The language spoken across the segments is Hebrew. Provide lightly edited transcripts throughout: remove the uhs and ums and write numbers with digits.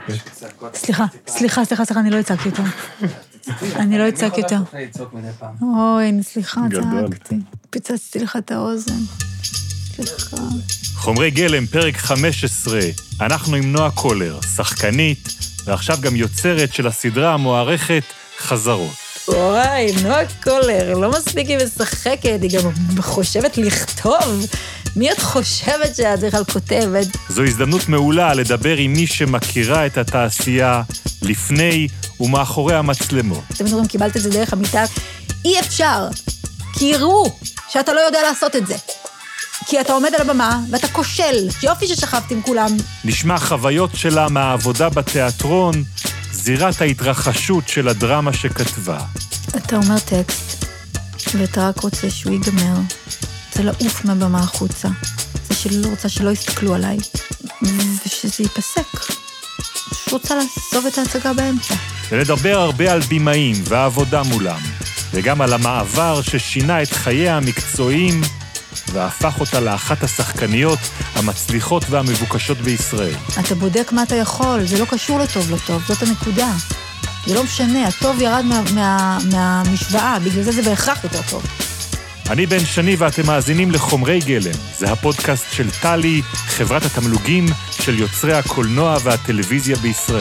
סליחה, אני לא הצעקתי אותו. אני לא הצעקתי אותו. אוי, סליחה, צעקתי. פיצצתי לך את האוזן. סליחה. חומרי גלם, פרק 15. אנחנו עם נועה קולר, שחקנית, ועכשיו גם יוצרת של הסדרה המוערכת חזרות. וואי, נועה קולר, לא מספיק היא משחקת, היא גם חושבת לכתוב. מי את חושבת שאת בכלל כותבת? זו הזדמנות מעולה לדבר עם מי שמכירה את התעשייה לפני ומאחורי המצלמות. אתם אומרים, קיבלת את זה דרך המיטה. אי אפשר, כי יראו שאתה לא יודע לעשות את זה. כי אתה עומד על הבמה ואתה כושל. יופי ששכבתי עם כולם. נשמע חוויות שלה מהעבודה בתיאטרון, זירת ההתרחשות של הדרמה שכתבה. אתה אומר טקסט, ואתה רק רוצה שהוא ייגמר. זה לעוף מהבמה החוצה. זה שלא רוצה שלא יסתכלו עליי. ושזה ייפסק. רוצה לעזוב את ההצגה באמצע. ולדבר הרבה על בימאים והעבודה מולם. וגם על המעבר ששינה את חייה המקצועיים, והפך אותה לאחת השחקניות המצליחות והמבוקשות בישראל. אתה בודק מה אתה יכול, זה לא קשור לטוב לא טוב, זאת הנקודה. זה לא משנה, הטוב ירד מהמשוואה, בגלל זה בהכרח יותר טוב. אני בן שני ואתם מאזינים לחומרי גלם. זה הפודקאסט של טלי, חברת התמלוגים של יוצרי הקולנוע והטלוויזיה בישראל.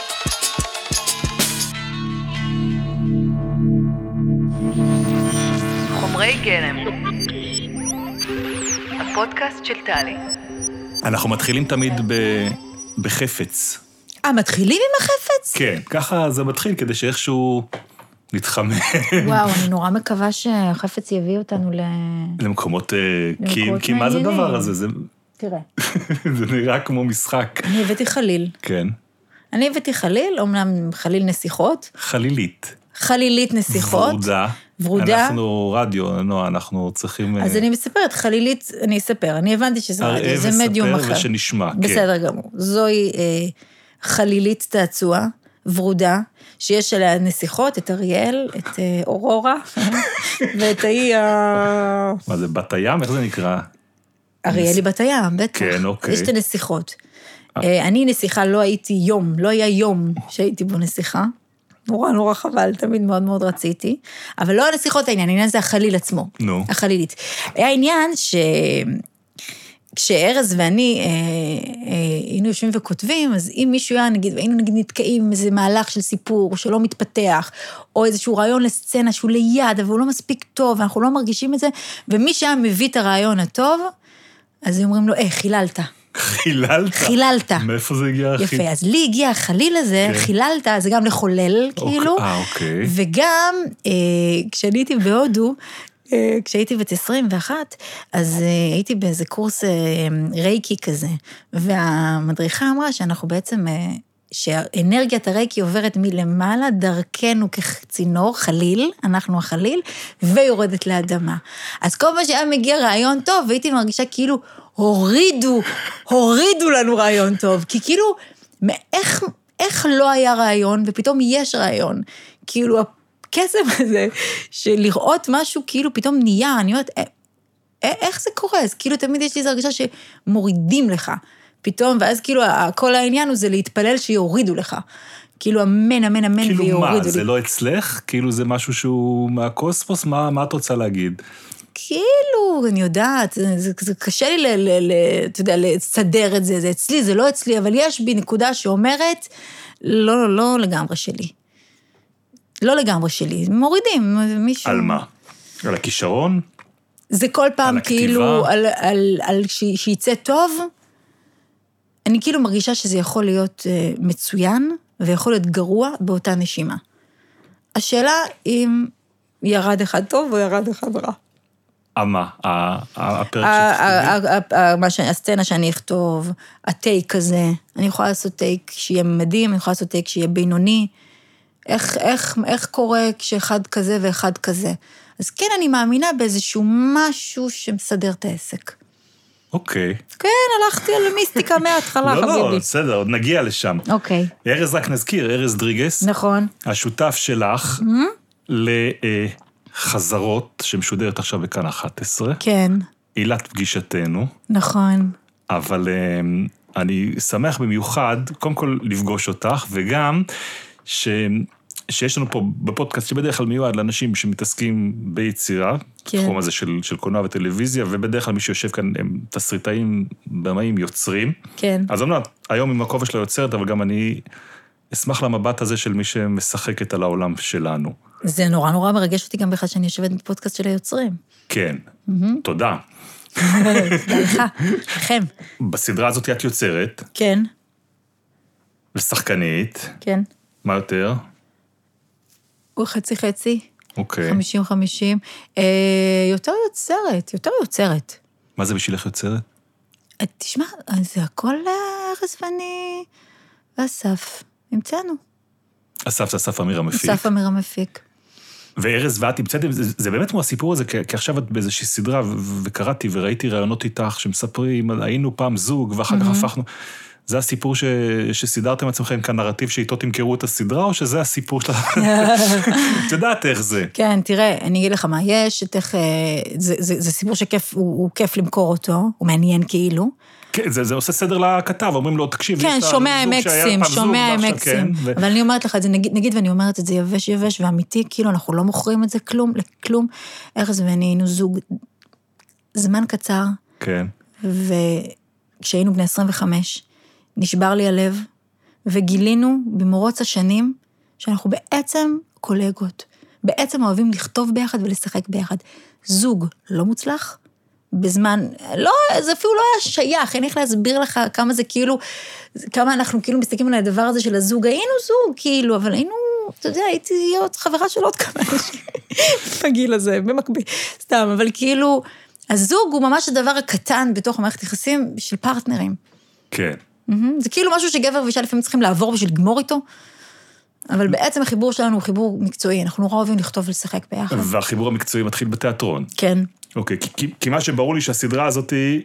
חומרי גלם. הפודקאסט של טלי. אנחנו מתחילים תמיד בחפץ. מתחילים עם החפץ? כן, ככה זה מתחיל כדי שאיכשהו נתחמם. וואו, אני נורא מקווה שהחפץ יביא אותנו למקומות, כי מה זה דבר הזה? תראה. זה נראה כמו משחק. אני הבאתי חליל. כן. אני הבאתי חליל, אומנם חליל נסיכות. חלילית. חלילית נסיכות. ורודה. אנחנו רדיו, אנחנו צריכים... אז אני מספרת, חלילית, אני אספר, אני הבנתי שזה רדיו, זה מדיום אחר. וספר ושנשמע, כן. בסדר גמור. זוהי חלילית תעצוע, ורודה, שיש עליה נסיכות, את אריאל, את אורורה, ואת האי מה זה, בת הים? איך זה נקרא? אריאלי בת הים, בטח. כן, אוקיי. יש את הנסיכות. אני נסיכה, לא היה יום שהייתי בו נסיכה. נורא חבל, תמיד מאוד מאוד רציתי. אבל לא הנסיכות העניין זה החליל עצמו. נו. החלילית. היה עניין כשארז ואני היינו יושבים וכותבים, אז אם מישהו היה, היינו נתקעים עם איזה מהלך של סיפור שלא מתפתח, או איזשהו רעיון לסצנה שהוא ליד, אבל הוא לא מספיק טוב, ואנחנו לא מרגישים את זה, ומי שהיה מביא את הרעיון הטוב, אז אומרים לו, חיללת. חיללת. מאיפה זה הגיע? יפה, אז לי הגיע החליל הזה, חיללת, זה גם לחולל, כאילו. אוקיי. וגם, כשאני הייתי בהודו, כשהייתי בת 21, אז הייתי באיזה קורס רייקי כזה, והמדריכה אמרה שאנחנו בעצם, שאנרגיית הרייקי עוברת מלמעלה, דרכנו כצינור, חליל, אנחנו החליל, ויורדת לאדמה. אז כל מה שהיה מגיע רעיון טוב, והייתי מרגישה כאילו, הורידו לנו רעיון טוב, כי כאילו, איך לא היה רעיון, ופתאום יש רעיון, כאילו, הקסם הזה, של לראות משהו כאילו פתאום נהיה, אני אומרת, איך זה קורה? אז כאילו תמיד יש לי איזו הרגשה שמורידים לך, פתאום, ואז כאילו כל העניין הוא זה להתפלל שיורידו לך, כאילו אמן ויורידו לי. כאילו מה, זה לא אצלך? כאילו זה משהו שהוא מהקוסמוס? מה את רוצה להגיד? כאילו, אני יודעת, זה קשה לי, אתה יודע, לסדר את זה, זה אצלי, זה לא אצלי, אבל יש בי נקודה שאומרת, לא לגמרי שלי. לא לגמרי שלי, מורידים מישהו. על מה? על הכישרון? זה כל פעם כאילו, על שיצא טוב, אני כאילו מרגישה שזה יכול להיות מצוין, ויכול להיות גרוע באותה נשימה. השאלה אם ירד אחד טוב או ירד אחד רע. מה? הפרק שתכתבי? הסצנה שאני אכתוב, הטייק הזה, אני יכולה לעשות טייק שיהיה מדהים, אני יכולה לעשות טייק שיהיה בינוני, איך קורה כשאחד כזה ואחד כזה. אז כן, אני מאמינה באיזשהו משהו שמסדר את העסק. אוקיי. כן, הלכתי על מיסטיקה מההתחלה, חביבי. לא, בסדר, עוד נגיע לשם. אוקיי. ארז, רק נזכיר, ארז דריגס. נכון. השותף שלך לחזרות, שמשודרת עכשיו בכאן 11. כן. עילת פגישתנו. נכון. אבל אני שמח במיוחד, קודם כל לפגוש אותך, וגם שיש לנו פה בפודקאסט שבדרך כלל מיועד לאנשים שמתעסקים ביצירה, תחום הזה של קולנוע וטלוויזיה, ובדרך כלל מי שיושב כאן הם תסריטאים, במאים, יוצרים. כן. אז אומנם, היום עם הכובע של היוצרת, אבל גם אני אשמח למבט הזה של מי שמשחקת על העולם שלנו. זה נורא נורא מרגש אותי גם בכלל שאני יושבת בפודקאסט של היוצרים. כן, תודה. לך, לכם. בסדרה הזאת את יוצרת. כן. ושחקנית. כן. מה יותר? הוא חצי-חצי. אוקיי. 50-50. יותר יוצרת. מה זה בשבילך יוצרת? תשמע, זה הכל ארז ואני ואסף. המצאנו. אסף זה אסף אמיר המפיק. אסף אמיר המפיק. וארז ואת המצאתם, זה באמת כמו הסיפור הזה, כי עכשיו את באיזושהי סדרה, וקראתי וראיתי רעיונות איתך, שמספרים, היינו פעם זוג, ואחר כך הפכנו. זה הסיפור שסידרתם עצמכם כנרטיב שאיתו תמכרו את הסדרה, או שזה הסיפור שלה? את יודעת איך זה. כן, תראה, אני אגיד לך מה יש, זה סיפור הוא כיף למכור אותו, הוא מעניין כאילו. כן, זה עושה סדר לכתב, אומרים לו, תקשיב, כן, שומע עם אקסים, אבל אני אומרת לך את זה, נגיד ואני אומרת את זה יבש ואמיתי, כאילו אנחנו לא מוכרים את זה לכלום, ארז ואני היינו זוג זמן קצר, כן. וכשהיינו בני 25, נשבר לי הלב, וגילינו במרוץ השנים, שאנחנו בעצם קולגות, בעצם אוהבים לכתוב ביחד ולשחק ביחד. זוג לא מוצלח, בזמן, לא, זה אפילו לא היה שייך, אין איך להסביר לך כמה זה כאילו, כמה אנחנו כאילו מסתכלים על הדבר הזה של הזוג, היינו זוג כאילו, אבל היינו, אתה יודע, הייתי עוד חברה של עוד כמה אנשים, בגיל הזה, במקביל, סתם, אבל כאילו, הזוג הוא ממש הדבר הקטן בתוך המערכת יחסים של פרטנרים. כן. זה כאילו משהו שגבר ואישה לפעמים צריכים לעבור בשביל לגמור איתו, אבל בעצם החיבור שלנו הוא חיבור מקצועי, אנחנו נורא אוהבים לכתוב ולשחק ביחד. והחיבור המקצועי מתחיל בתיאטרון. כן. אוקיי, כי מה שברור לי שהסדרה הזאת היא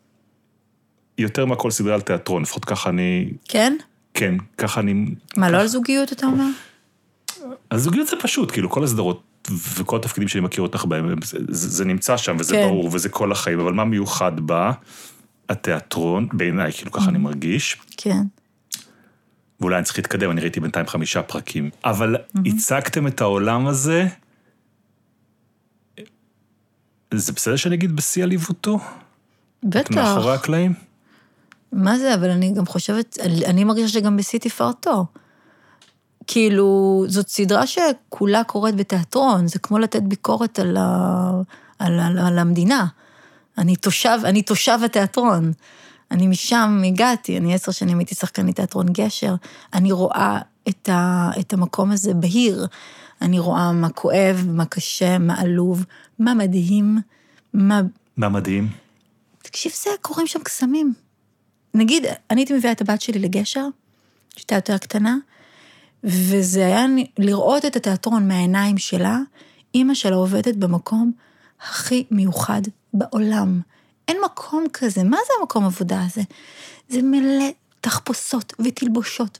יותר מהכל סדרה על תיאטרון, לפחות ככה אני... כן? כן, ככה אני... מה, לא על זוגיות אתה אומר? על זוגיות זה פשוט, כאילו כל הסדרות וכל התפקידים שאני מכיר אותך בהם, זה נמצא שם וזה ברור וזה כל החיים, אבל מה מיוחד בה? התיאטרון, בעיניי, כאילו ככה אני מרגיש. כן. ואולי אני צריך להתקדם, אני ראיתי בינתיים 5 פרקים. אבל הצגתם את העולם הזה, זה בסדר שאני אגיד בשיא עליבותו? בטח. מאחורי הקלעים? מה זה? אבל אני גם חושבת, אני מרגישה שגם בשיא תפארתו. כאילו, זאת סדרה שכולה קורית בתיאטרון, זה כמו לתת ביקורת על המדינה. אני תושב התיאטרון. אני משם הגעתי, אני 10 שנים הייתי שחקנית תיאטרון גשר, אני רואה את המקום הזה בהיר, אני רואה מה כואב, מה קשה, מה עלוב, מה מדהים, מה מדהים? תקשיב, זה קוראים שם קסמים. נגיד, אני הייתי מביאה את הבת שלי לגשר, שהייתה יותר קטנה, וזה היה לראות את התיאטרון מהעיניים שלה, אמא שלה עובדת במקום הכי מיוחד בעולם. אין מקום כזה, מה זה המקום עבודה הזה? זה מלא תחפושות ותלבושות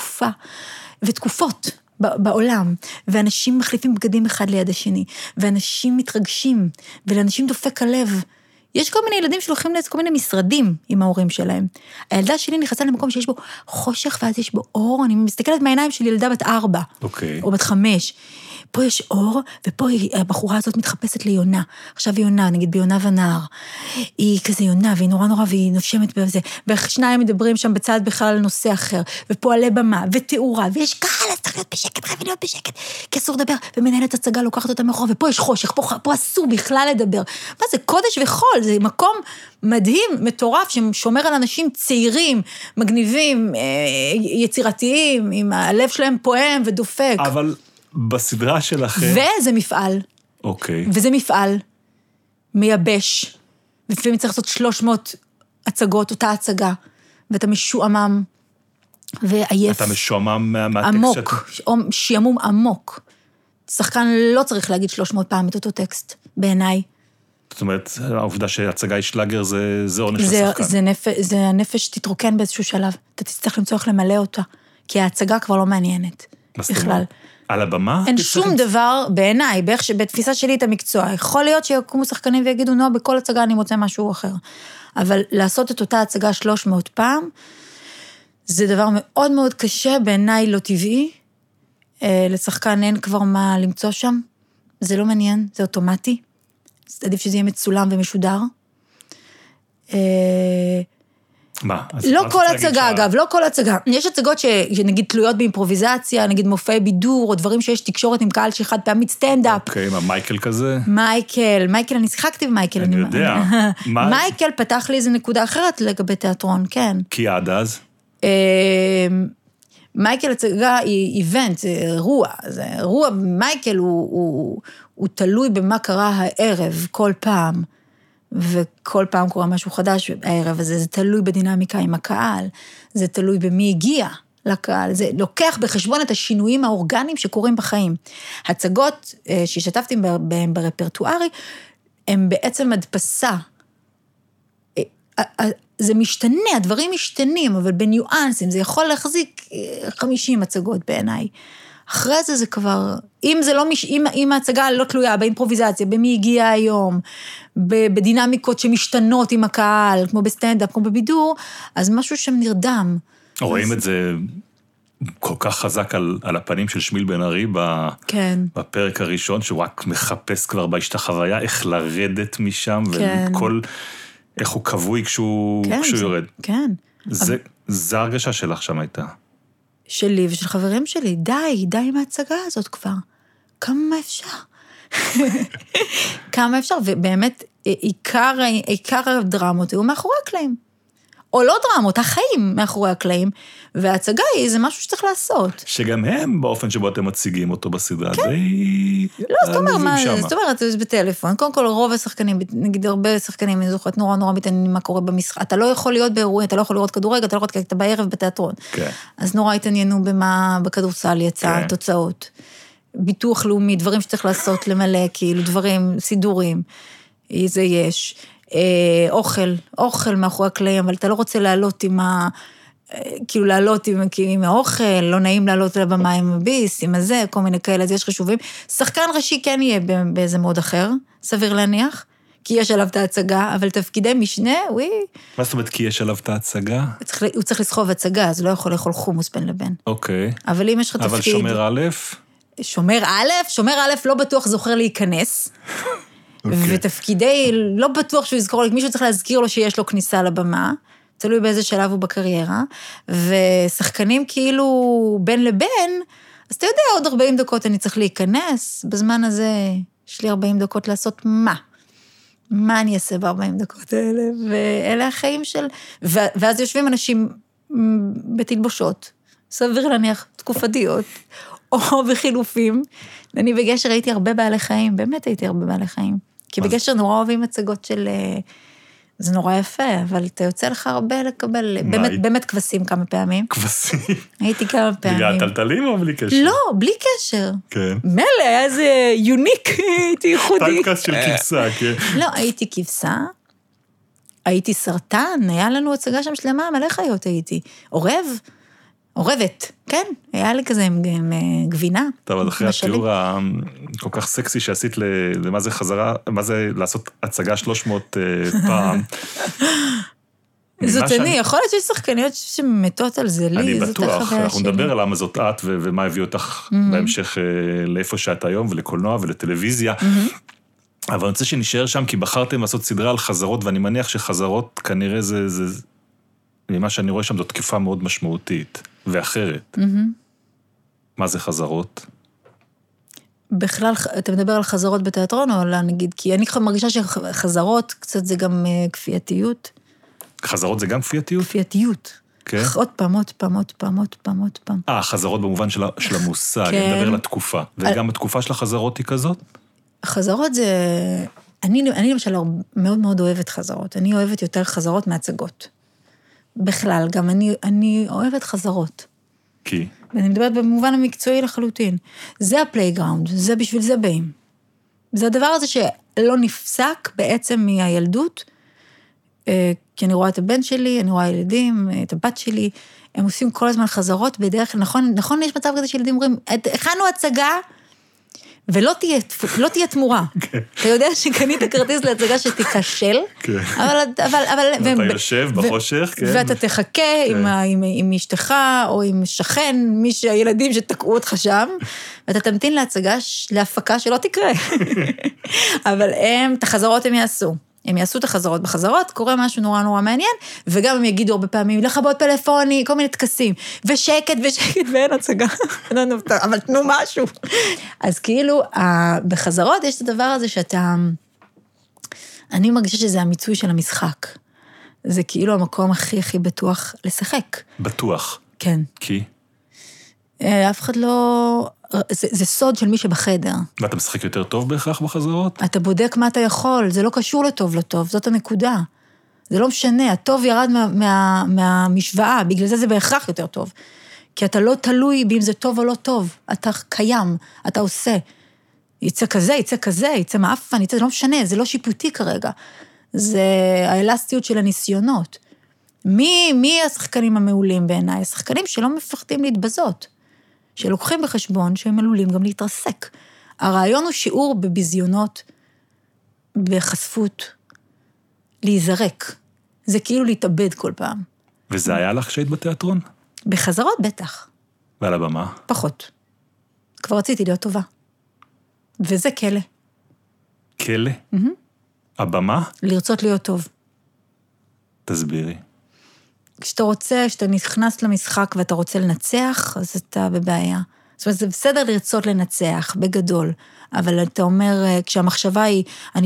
ותקופות בעולם, ואנשים מחליפים בגדים אחד ליד השני, ואנשים מתרגשים, ולאנשים דופק הלב. יש כל מיני ילדים שהולכים כל מיני משרדים עם ההורים שלהם. הילדה שלי נכנסה למקום שיש בו חושך, ואז יש בו אור, אני מסתכלת מהעיניים של ילדה בת 4, או בת 5, פה יש אור, ופה הבחורה הזאת מתחפשת ליונה. עכשיו היא יונה, נגיד ביונה ונער. היא כזה יונה, והיא נורא נורא, והיא נושמת בזה. ושניים מדברים שם בצד בכלל על נושא אחר, ופועלי במה, ותאורה, ויש קהל, אז צריך להיות בשקט, חייבים להיות בשקט. כי אסור לדבר, ומנהלת הצגה לוקחת אותה מאחור, ופה יש חושך, פה אסור בכלל לדבר. מה זה? קודש וחול, זה מקום מדהים, מטורף, ששומר על אנשים צעירים, מגניבים, יצירתיים, עם הלב שלהם פועם ודופק. אבל בסדרה שלכם... וזה מפעל. אוקיי. וזה מפעל מייבש, ולפעמים צריך לעשות 300 הצגות, אותה הצגה, ואתה משועמם ועייף. אתה משועמם מהטקסט עמוק, שיעמום עמוק. שחקן לא צריך להגיד 300 פעם את אותו טקסט, בעיניי. זאת אומרת, העובדה שהצגה היא שלאגר זה עונש לשחקן. זה הנפש תתרוקן באיזשהו שלב. אתה תצטרך למצוא איך למלא אותה, כי ההצגה כבר לא מעניינת. בכלל. על הבמה? אין שום דבר בעיניי, בתפיסה שלי את המקצוע. יכול להיות שיקומו שחקנים ויגידו, בכל הצגה אני מוצא משהו אחר. אבל לעשות את אותה הצגה 300 פעם, זה דבר מאוד מאוד קשה, בעיניי לא טבעי, לשחקן אין כבר מה למצוא שם, זה לא מעניין, זה אוטומטי, זה עדיף שזה יהיה מצולם ומשודר. מה? לא כל הצגה, אגב, לא כל הצגה. יש הצגות שנגיד תלויות באימפרוביזציה, נגיד מופעי בידור, או דברים שיש תקשורת עם קהל שחד פעמית סטנדאפ. אוקיי, מה, מייקל כזה? מייקל, אני שיחקתי במייקל. אני יודע. מייקל פתח לי איזו נקודה אחרת לגבי תיאטרון, כן. כי עד אז? מייקל הצגה היא איבנט, זה אירוע, מייקל הוא תלוי במה קרה הערב כל פעם, וכל פעם קורה משהו חדש הערב הזה, זה תלוי בדינמיקה עם הקהל, זה תלוי במי הגיע לקהל, זה לוקח בחשבון את השינויים האורגניים שקורים בחיים. הצגות שהשתתפתי בהם ברפרטוארי, הם בעצם הדפסה. זה משתנה, הדברים משתנים, אבל בניואנסים, זה יכול להחזיק 50 הצגות בעיניי. אחרי זה כבר, אם ההצגה לא תלויה באימפרוביזציה, במי הגיע היום, בדינמיקות שמשתנות עם הקהל, כמו בסטנדאפ, כמו בבידור, אז משהו שם נרדם. רואים את זה כל כך חזק על הפנים של שמיל בן ארי, בפרק הראשון, שהוא רק מחפש כבר בהשתחוויה, איך לרדת משם, וכל, איך הוא קבוי כשהוא יורד. כן. זה הרגשה שלך שם הייתה. שלי ושל חברים שלי, די מההצגה הזאת כבר. כמה אפשר? כמה אפשר? ובאמת, עיקר הדרמות היו מאחורי הקלעים. או לא דרמות, החיים מאחורי הקלעים, וההצגה היא, זה משהו שצריך לעשות. שגם הם, באופן שבו אתם מציגים אותו בסדרה, כן. לא, זאת אומרת, זה בטלפון. קודם כל, רוב השחקנים, נגיד הרבה שחקנים, אני זוכרת, נורא מתעניינים מה קורה במשחק. אתה לא יכול להיות באירועים, אתה לא יכול לראות כדורגל, אתה לא יכול להיות אתה בערב בתיאטרון. כן. אז נורא התעניינו במה בכדורסל יצא, תוצאות. ביטוח לאומי, דברים שצריך לעשות, למלא, כאילו, דברים, סידורים. זה יש. אוכל מאחורי הקלעים, אבל אתה לא רוצה לעלות כאילו לעלות עם האוכל, לא נעים לעלות לבמה עם הביס, עם הזה, כל מיני כאלה, אז יש חשובים. שחקן ראשי כן יהיה באיזה מוד אחר, סביר להניח, כי יש עליו את ההצגה, אבל תפקידי משנה, מה זאת אומרת כי יש עליו את ההצגה? הוא צריך לסחוב הצגה, אז לא יכול לאכול חומוס בין לבין. אוקיי. אבל אם יש לך תפקיד... אבל שומר א'? שומר א' לא בטוח להיכנס, ותפקידי, לא בטוח שהוא יזכור, מישהו צריך להזכיר לו שיש לו כניסה לבמה, תלוי באיזה שלב הוא בקריירה, ושחקנים כאילו בין לבין, אז אתה יודע, עוד 40 דקות אני צריך להיכנס, בזמן הזה יש לי 40 דקות לעשות מה אני אעשה ב-40 דקות האלה, ואלה החיים של, ואז יושבים אנשים בתלבושות, סביר להניח תקופתיות, או בחילופים, אני בגשר הייתי הרבה בעלי חיים, באמת הייתי הרבה בעלי חיים, כי בגשר נורא אוהבים הצגות של, זה נורא יפה, אבל אתה יוצא לך הרבה לקבל, באמת כבשים כמה פעמים. כבשים? הייתי כמה פעמים. בגלל טלטלים או בלי קשר? לא, בלי קשר. כן. מלא, היה איזה יוניק, הייתי ייחודי. טייפקאסט של כבשה, כן. לא, הייתי כבשה, הייתי סרטן, היה לנו הצגה שם שלמה, מלא חיות הייתי. עורבת, כן, היה לי כזה עם גבינה. טוב, אז אחרי התיאור כל כך סקסי שעשית למה זה חזרה, מה זה לעשות הצגה 300 פעם. זאת אני, יכול להיות שיש שחקניות שמתות על זה, לי, אני בטוח, אנחנו נדבר על למה זאת את ומה הביא אותך בהמשך לאיפה שאת היום ולקולנוע ולטלוויזיה. אבל אני רוצה שנשאר שם, כי בחרתם לעשות סדרה על חזרות, ואני מניח שחזרות כנראה זה ממה שאני רואה שם, זו תקיפה מאוד משמעותית ואחרת. מה זה חזרות? בכלל, אתה מדבר על חזרות בתיאטרון, או לא, נגיד, כי אני מרגישה שחזרות, קצת זה גם כפייתיות. חזרות זה גם כפייתיות? כפייתיות. כן? עוד פעם. חזרות במובן של המושג, אני מדבר על התקופה. וגם התקופה של החזרות היא כזאת? חזרות זה... אני למשל מאוד מאוד אוהבת חזרות. אני אוהבת יותר חזרות מהצגות. בכלל, גם אני אוהבת חזרות. כי? ואני מדברת במובן המקצועי לחלוטין. זה הפלייגראונד, זה בשביל זה באים. זה הדבר הזה שלא נפסק בעצם מהילדות, כי אני רואה את הבן שלי, אני רואה ילדים, את הבת שלי, הם עושים כל הזמן חזרות בדרך, נכון יש מצב כזה שילדים אומרים, הכנו הצגה, ולא תהיה תמורה. אתה יודע שקנית כרטיס להצגה שתיכשל, אבל... אתה יושב בחושך, כן. ואתה תחכה עם אשתך, או עם שכן, הילדים שתקעו אותך שם, ואתה תמתין להפקה שלא תקרה. אבל את החזרות הם יעשו. הם יעשו את החזרות. בחזרות קורה משהו נורא נורא מעניין, וגם הם יגידו הרבה פעמים, לכבות פלאפוני, כל מיני תקסים, ושקט, ואין הצגה. אבל תנו משהו. אז כאילו, בחזרות יש את הדבר הזה שאתה... אני מרגישה שזה המיצוי של המשחק. זה כאילו המקום הכי הכי בטוח לשחק. בטוח? כן. כי? אף אחד לא... זה סוד של מי שבחדר. ואתה משחק יותר טוב בהכרח בחזרות? אתה בודק מה אתה יכול, זה לא קשור לטוב לא טוב, זאת הנקודה. זה לא משנה, הטוב ירד מהמשוואה, בגלל זה בהכרח יותר טוב. כי אתה לא תלוי באם זה טוב או לא טוב, אתה קיים, אתה עושה. יצא כזה, יצא מאפן, זה לא משנה, זה לא שיפוטי כרגע. זה האלסטיות של הניסיונות. מי השחקנים המעולים בעיניי? השחקנים שלא מפחדים להתבזות. שלוקחים בחשבון שהם עלולים גם להתרסק. הרעיון הוא שיעור בביזיונות, בחשפות, להיזרק. זה כאילו להתאבד כל פעם. וזה היה לך שהיית בתיאטרון? בחזרות בטח. ועל הבמה? פחות. כבר רציתי להיות טובה. וזה כלא. כלא? הבמה? לרצות להיות טוב. תסבירי. כשאתה נכנס למשחק ואתה רוצה לנצח, אז אתה בבעיה. זאת אומרת, זה בסדר לרצות לנצח, בגדול, אבל אתה אומר, כשהמחשבה היא, אני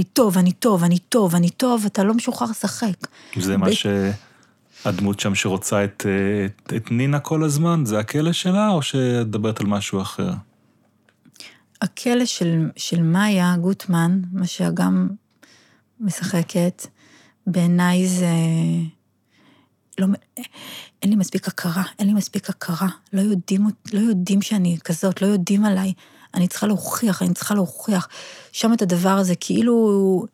טוב, אתה לא משוחרר לשחק. זה מה שהדמות שם שרוצה את נינה כל הזמן, זה הכלא שלה, או שדברת על משהו אחר? הכלא של מאיה גוטמן, מה שגם משחקת, בעיניי זה... אין לי מספיק הכרה, לא יודעים שאני כזאת, לא יודעים עליי, אני צריכה להוכיח, שם את הדבר הזה, כאילו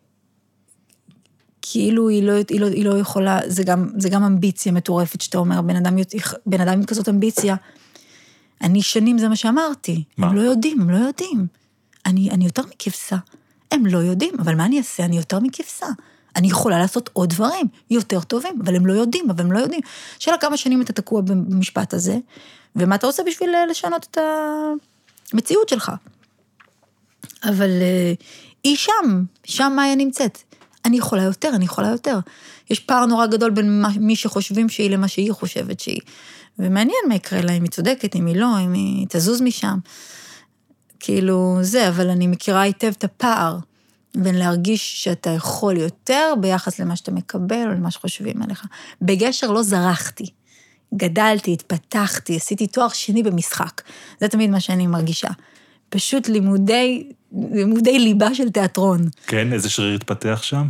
היא לא יכולה, זה גם אמביציה מטורפת, שאתה אומר, בן אדם עם כזאת אמביציה, אני שנים זה מה שאמרתי, הם לא יודעים, אני יותר מכבשה, הם לא יודעים, אבל מה אני אעשה? אני יותר מכבשה, אני יכולה לעשות עוד דברים יותר טובים, אבל הם לא יודעים. שאלה כמה שנים אתה תקוע במשפט הזה, ומה אתה עושה בשביל לשנות את המציאות שלך. אבל היא שם מאיה נמצאת. אני יכולה יותר. יש פער נורא גדול בין מי שחושבים שהיא למה שהיא חושבת שהיא. ומעניין מה יקרה לה, אם היא צודקת, אם היא לא, אם היא תזוז משם. כאילו זה, אבל אני מכירה היטב את הפער, בין להרגיש שאתה יכול יותר ביחס למה שאתה מקבל, או למה שחושבים עליך. בגשר לא זרחתי, גדלתי, התפתחתי, עשיתי תואר שני במשחק. זה תמיד מה שאני מרגישה. פשוט לימודי ליבה של תיאטרון. כן, איזה שריר התפתח שם?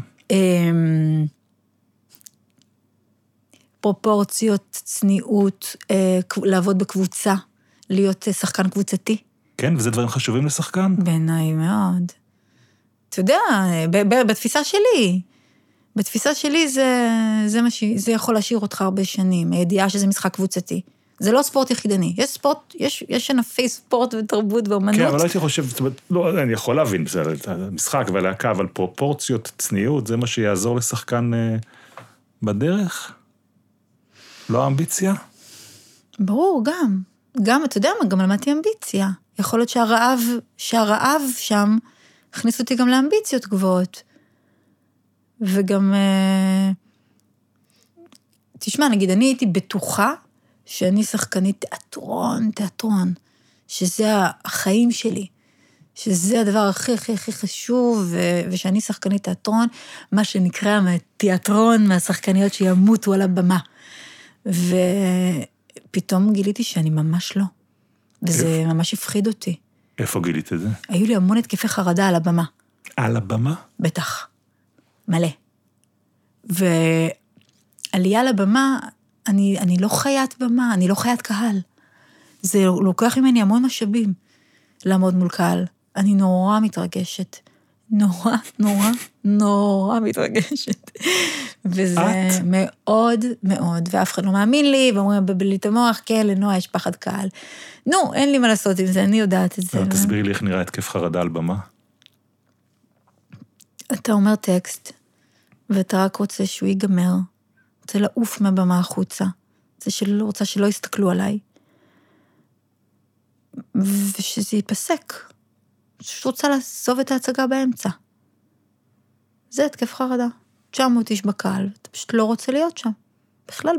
פרופורציות, צניעות, לעבוד בקבוצה, להיות שחקן קבוצתי. כן, וזה דברים חשובים לשחקן? בעיניי מאוד. אתה יודע, בתפיסה שלי זה יכול להשאיר אותך הרבה שנים, הידיעה שזה משחק קבוצתי. זה לא ספורט יחידני, יש ספורט, יש ענפי ספורט ותרבות ואומנות. כן, אבל לא הייתי חושב, לא, אני יכול להבין, זה המשחק והלהקה, אבל פרופורציות, צניעות, זה מה שיעזור לשחקן בדרך? לא אמביציה? ברור, גם, אתה יודע מה, גם למדתי אמביציה. יכול להיות שהרעב שם, הכניס אותי גם לאמביציות גבוהות. וגם, תשמע, נגיד, אני הייתי בטוחה שאני שחקנית תיאטרון, שזה החיים שלי, שזה הדבר הכי הכי הכי חשוב, ושאני שחקנית תיאטרון, מה שנקרא תיאטרון מהשחקניות שימותו על הבמה. ופתאום גיליתי שאני ממש לא. וזה ממש הפחיד אותי. איפה גילית את זה? היו לי המון התקפי חרדה על הבמה. על הבמה? בטח. מלא. ועלייה לבמה, אני לא חיית במה, אני לא חיית קהל. זה לוקח ממני המון משאבים לעמוד מול קהל. אני נורא מתרגשת. נורא, נורא, נורא מתרגשת. וזה מאוד מאוד, ואף אחד לא מאמין לי, ואומרים, בבלי את המוח, כן, לנועה יש פחד קהל. נו, אין לי מה לעשות עם זה, אני יודעת את זה. תסבירי לי איך נראה התקף חרדה על במה. אתה אומר טקסט, ואתה רק רוצה שהוא ייגמר, רוצה לעוף מהבמה החוצה, רוצה שלא יסתכלו עליי, ושזה ייפסק. פשוט רוצה לעזוב את ההצגה באמצע. זה התקף חרדה. 900 איש בקהל, אתה פשוט לא רוצה להיות שם. בכלל.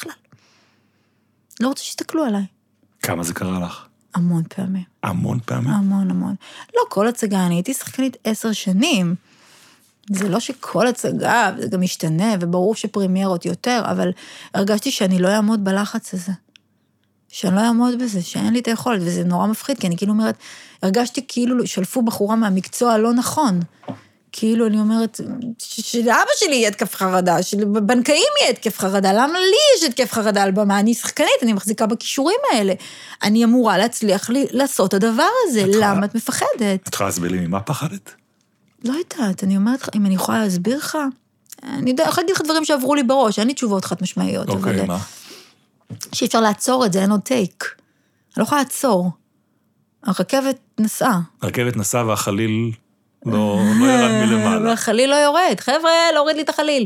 לא רוצה שיסתכלו עליי. כמה זה קרה לך? המון פעמים. המון פעמים? המון. לא, כל הצגה, אני הייתי שחקנית 10 שנים. זה לא שכל הצגה, זה גם משתנה, וברור שפרימיירות יותר, אבל הרגשתי שאני לא אעמוד בלחץ הזה. שאני לא אעמוד בזה, שאין לי את היכולת, וזה נורא מפחיד, כי אני כאילו אומרת, הרגשתי כאילו שלפו בחורה מהמקצוע הלא נכון. כאילו אני אומרת, שלאבא שלי יהיה התקף חרדה, שלבנקאים יהיה התקף חרדה, למה לי יש התקף חרדה על במה? אני שחקנית, אני מחזיקה בכישורים האלה. אני אמורה להצליח לעשות את הדבר הזה, למה את מפחדת? את יכולה להסביר לי ממה פחדת? לא יודעת, אני אומרת לך, אם אני יכולה להסביר לך, אני יכולה להגיד לך דברים שעברו לי בראש, אין לי תשובות חד משמעיות. אוקיי, מה? שאי אפשר לעצור את זה, אין עוד טייק. אני לא יכולה לעצור. הרכבת נסעה. הרכבת נסעה והחליל לא ירד מלמעלה. והחליל לא יורד. חבר'ה, להוריד לי את החליל.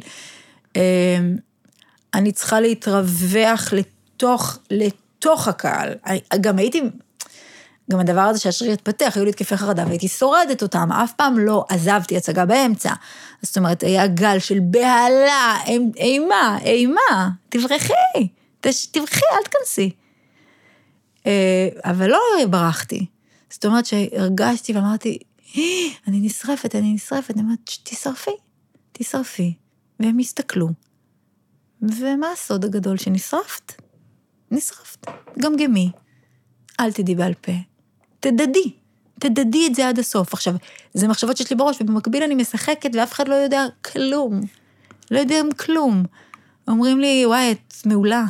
אני צריכה להתרווח לתוך הקהל. גם הדבר הזה שהשריר התפתח, היו לי התקפי חרדה, והייתי שורדת אותם, אף פעם לא עזבתי הצגה באמצע. זאת אומרת, היה גל של בהלה, אימה, תברחי, אל תכנסי. אבל לא ברחתי. זאת אומרת שהרגשתי ואמרתי, אני נשרפת, אני אומרת, תשרפי, והם יסתכלו. ומה הסוד הגדול שנשרפת? נשרפת, גמגמי, אל תדעי בעל פה, תדדי את זה עד הסוף. עכשיו, זה מחשבות שיש לי בראש, ובמקביל אני משחקת, ואף אחד לא יודע כלום. אומרים לי, וואי, את מעולה.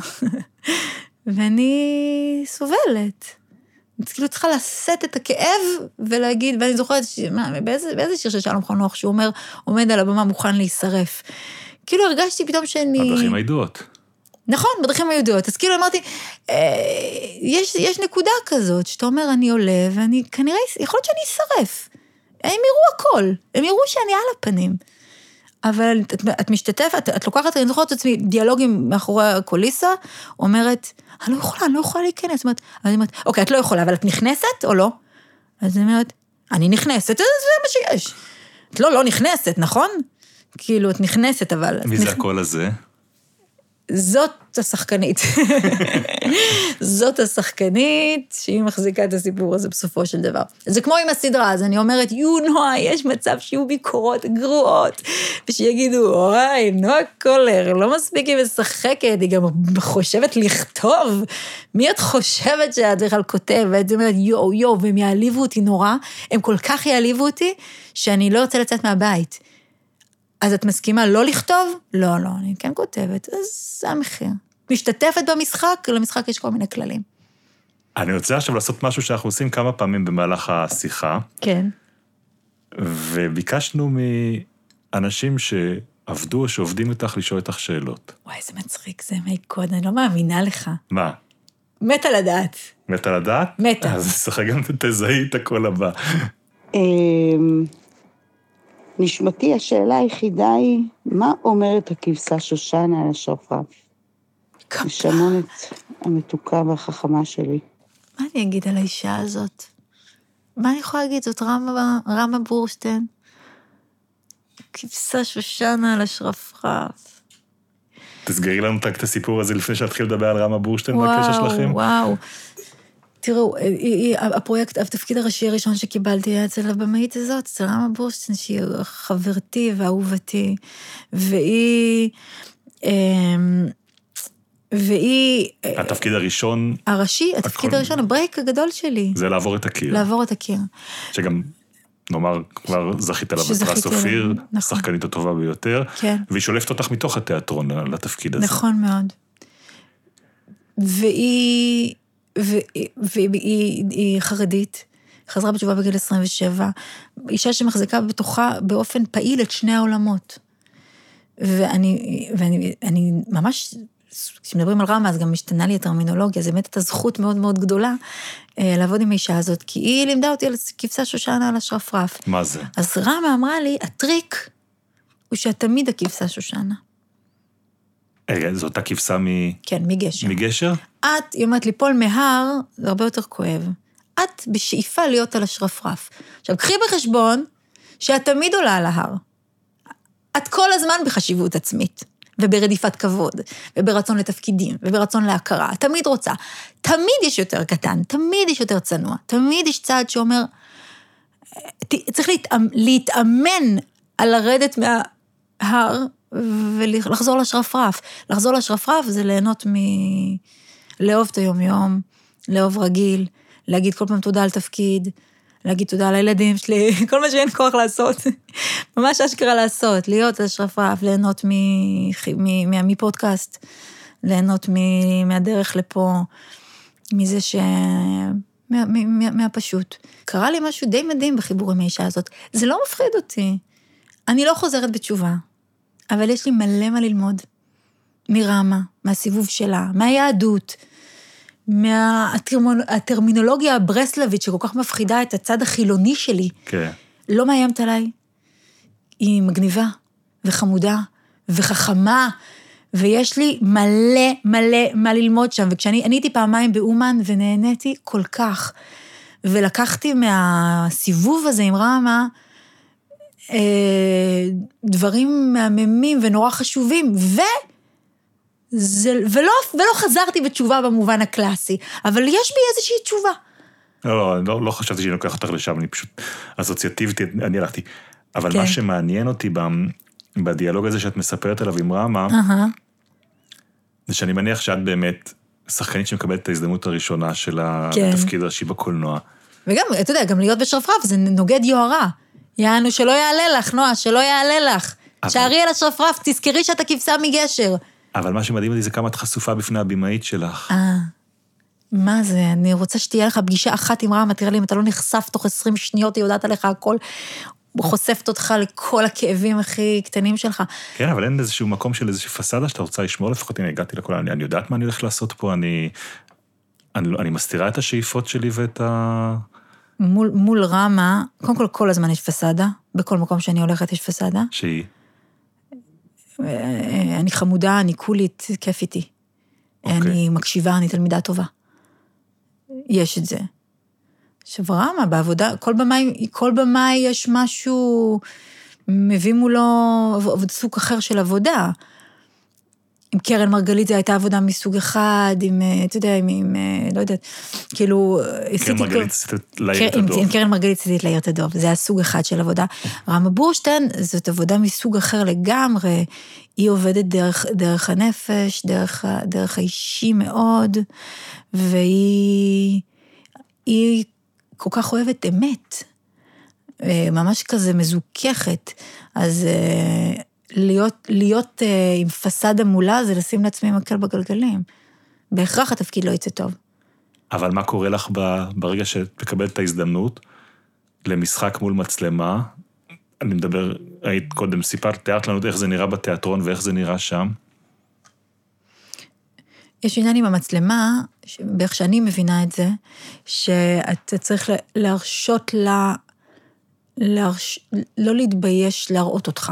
ואני סובלת. אני כאילו צריכה לשאת את הכאב, ולהגיד, ואני זוכרת, באיזה שיר של שלום חנוך, שהוא אומר, עומד על הבמה מוכן להישרף. כאילו הרגשתי פתאום שאני... בדרכים הידועות. נכון, בדרכים הידועות. אז כאילו אמרתי, יש נקודה כזאת, שאתה אומר, אני עולה, ואני כנראה, יכול להיות שאני אשרף. הם יראו הכל, הם יראו שאני על הפנים. אבל את משתתפת, את לוקחת, אני זוכרת את עצמי, דיאלוגים מאחורי הקוליסה, אומרת, אני לא יכולה להיכנס. אז אני אומרת, אוקיי, את לא יכולה, אבל את נכנסת או לא? אז אני אומרת, אני נכנסת, זה מה שיש. את לא נכנסת, נכון? כאילו, את נכנסת, אבל... מי זה הקול הזה? זאת השחקנית. זאת השחקנית שהיא מחזיקה את הסיפור הזה בסופו של דבר. זה כמו עם הסדרה, אז אני אומרת, נועה, יש מצב שיהיו ביקורות גרועות, ושיגידו, אוי, נועה קולר, לא מספיק היא משחקת, היא גם חושבת לכתוב. מי את חושבת שאת בכלל כותבת? זאת אומרת, יו, והם יעליבו אותי נורא, הם כל כך יעליבו אותי, שאני לא רוצה לצאת מהבית. אז את מסכימה לא לכתוב? לא, אני כן כותבת, אז זה המחיר. משתתפת במשחק, למשחק יש כל מיני כללים. אני רוצה עכשיו לעשות משהו שאנחנו עושים כמה פעמים במהלך השיחה. כן. וביקשנו מאנשים שעבדו או שעובדים איתך לשאול איתך שאלות. וואי, זה מצחיק, זה מייקוד, אני לא מאמינה לך. מה? מתה לדעת. מתה לדעת? מתה. אז שחק גם תזהי את הכל הבא. נשמתי, השאלה היחידה היא, מה אומרת הכבשה שושנה על השרפרף? השמונת המתוקה והחכמה שלי. מה אני אגיד על האישה הזאת? מה אני יכולה להגיד? זאת רמה בורשטיין. כבשה שושנה על השרפרף. תסגרי לנו את הסיפור הזה לפני שהתחיל לדבר על רמה בורשטיין והקשר שלכם. וואו. תראו, הפרויקט, התפקיד הראשי הראשון שקיבלתי היה אצל הבמאית הזאת, אצל רמה בורשטיין, שהיא חברתי ואהובתי, והיא... התפקיד הראשון... הראשי, התפקיד הראשון, הברייק הגדול שלי. זה לעבור את הקיר. לעבור את הקיר. שגם, נאמר, כבר זכית עליו בפרס אופיר, השחקנית הטובה ביותר, והיא שולפת אותך מתוך התיאטרון לתפקיד הזה. נכון מאוד. והיא חרדית חזרה בתשובה בגיל 27, אישה שמחזיקה בתוכה באופן פעיל את שני העולמות. ואני ממש, כשמדברים על רמה, אז גם משתנה לי הטרמינולוגיה, זה באמת את הזכות מאוד מאוד גדולה, לעבוד עם האישה הזאת, כי היא לימדה אותי על כבשה שושנה על השרפרף. מה זה? אז רמה אמרה לי, הטריק הוא שאת תמיד הכבשה שושנה. זו אותה כבשה כן, מגשר. מגשר? היא אומרת, ליפול מהר, זה הרבה יותר כואב. את בשאיפה להיות על השרפרף. עכשיו, קחי בחשבון שאת תמיד עולה על ההר. את כל הזמן בחשיבות עצמית, וברדיפת כבוד, וברצון לתפקידים, וברצון להכרה. תמיד רוצה. תמיד יש יותר קטן, תמיד יש יותר צנוע, תמיד יש צעד שאומר, צריך להתאמן על לרדת מההר, ולחזור לשרפרף. לחזור לשרפרף זה ליהנות לאהוב את היום-יום, לאהוב רגיל, להגיד כל פעם תודה על תפקיד, להגיד תודה על הילדים שלי, כל מה שאין כוח לעשות, ממש אשכרה לעשות, להיות על השרפרף, ליהנות מפודקאסט, ליהנות מהדרך לפה, מזה מהפשוט. קרה לי משהו די מדהים בחיבור עם האישה הזאת, זה לא מפחיד אותי, אני לא חוזרת בתשובה, אבל יש לי מלא מה ללמוד, מרמה, מהסיבוב שלה, מהיהדות, מהטרמינולוגיה הברסלבית, שכל כך מפחידה את הצד החילוני שלי, לא מאיימת עליי, היא מגניבה, וחמודה, וחכמה, ויש לי מלא מלא מה ללמוד שם, וכשאני הייתי פעמיים באומן, ונהניתי כל כך, ולקחתי מהסיבוב הזה עם רמה, דברים מהממים ונורא חשובים, ולא חזרתי בתשובה במובן הקלאסי, אבל יש בי איזושהי תשובה. לא חשבתי שאני לוקח אותך לשם, אני פשוט אסוציאטיבית, אני הלכתי. אבל מה שמעניין אותי בדיאלוג הזה שאת מספרת עליו עם רמה, זה שאני מניח שאת באמת שחקנית שמקבלת את ההזדמנות הראשונה של התפקיד הראשי בקולנוע. וגם, אתה יודע, גם להיות בשרפרף זה נוגד יוהרה. יענו, שלא יעלה לך, נועה, שלא יעלה לך. שערי על השרפרף, תזכרי שאתה כבשה מגשר. אבל מה שמדהים אותי זה כמה את חשופה בפני הבימאית שלך. מה זה? אני רוצה שתהיה לך פגישה אחת עם רמה, תראה לי אם אתה לא נחשף תוך 20 שניות, היא יודעת עליך הכל, חושפת אותך לכל הכאבים הכי קטנים שלך. כן, אבל אין איזשהו מקום של איזושהי פסדה שאתה רוצה לשמור, לפחות הנה הגעתי לכל, אני יודעת מה אני הולך לעשות פה, אני מסתירה את השאיפות שלי ואת ה... מול רמה, קודם כל הזמן יש פסדה, בכל מקום שאני הולכת יש פסדה. שהיא? אני חמודה, אני קולית, כיף איתי. אני מקשיבה, אני תלמידה טובה. יש את זה. עכשיו רמה, בעבודה, כל במאי יש משהו, מביא מולו סוג אחר של עבודה. עם קרן מרגלית זה הייתה עבודה מסוג אחד, אתה יודע, לא יודעת, כאילו... קרן מרגלית עשית להעיר את הדוב. עם קרן מרגלית עשית להעיר את הדוב, זה היה סוג אחד של עבודה. רמה בורשטיין, זאת עבודה מסוג אחר לגמרי, היא עובדת דרך הנפש, דרך האישי מאוד, והיא כל כך אוהבת אמת, ממש כזה מזוכחת, אז... להיות עם פסדה מולה, זה לשים לעצמי מקל בגלגלים. בהכרח התפקיד לא יצא טוב. אבל מה קורה לך ברגע שתקבל את ההזדמנות למשחק מול מצלמה? אני מדבר, היית קודם תיארת לנו איך זה נראה בתיאטרון ואיך זה נראה שם. יש עניין עם המצלמה, באיך שאני מבינה את זה, שאתה צריך להרשות לה, לא להתבייש להראות אותך.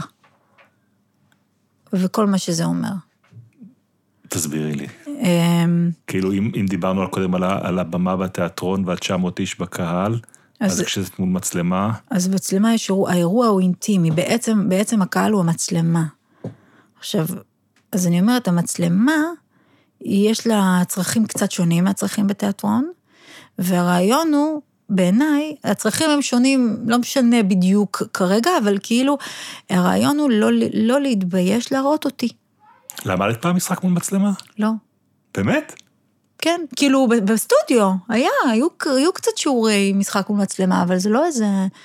וכל מה שזה אומר. תסבירי לי. כאילו, אם דיברנו קודם על הבמה בתיאטרון, וה 900 איש בקהל, אז כשזה מול מצלמה... אז מצלמה יש האירוע הוא אינטימי, בעצם הקהל הוא המצלמה. עכשיו, אז אני אומרת, המצלמה, יש לה צרכים קצת שונים מהצרכים בתיאטרון, והרעיון הוא, בעיניי, הצרכים הם שונים, לא משנה בדיוק כרגע, אבל כאילו, הרעיון הוא לא להתבייש להראות אותי. למדת פעם משחק מול מצלמה? לא. באמת? כן, כאילו בסטודיו, היו קצת שיעורי משחק מול מצלמה, אבל זה לא איזה...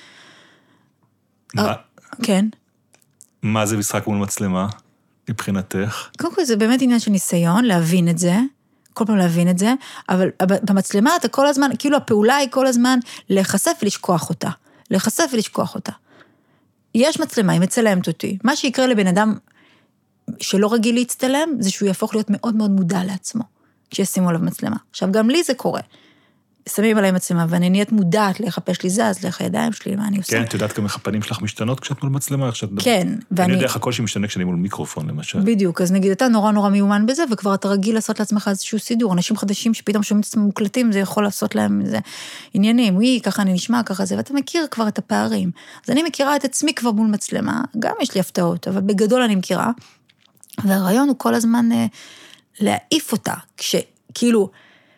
מה? כן. מה זה משחק מול מצלמה, מבחינתך? קודם כל זה באמת עניין של ניסיון, להבין את זה, כל פעם להבין את זה, אבל במצלמה אתה כל הזמן, כאילו הפעולה היא כל הזמן להיחשף ולשכוח אותה. להיחשף ולשכוח אותה. יש מצלמה, היא מצלמת אותי. מה שיקרה לבן אדם שלא רגיל להצטלם, זה שהוא יהפוך להיות מאוד מאוד מודע לעצמו, כשישימו עליו מצלמה. עכשיו, גם לי זה קורה. שמים עליי מצלמה, ואני נהיית מודעת לאיך הפה שלי זז, לאיך הידיים שלי, מה אני עושה. כן, את יודעת גם איך הפנים שלך משתנות כשאת מול מצלמה? כן. אני יודע איך הכל שמשתנה כשאני מול מיקרופון, למשל. בדיוק, אז נגיד, אתה נורא נורא מיומן בזה, וכבר אתה רגיל לעשות לעצמך איזשהו סידור. אנשים חדשים שפתאום שומעים את עצמם מוקלטים, זה יכול לעשות להם איזה עניינים. ככה אני נשמע, ככה זה, ואתה מכיר כבר את הפערים. אז אני מכירה את עצמי כבר מול מצלמה, גם יש לי הפתעות, אבל בגדול אני מכירה. והרעיון הוא כל הזמן להעיף אותה, כשכאילו,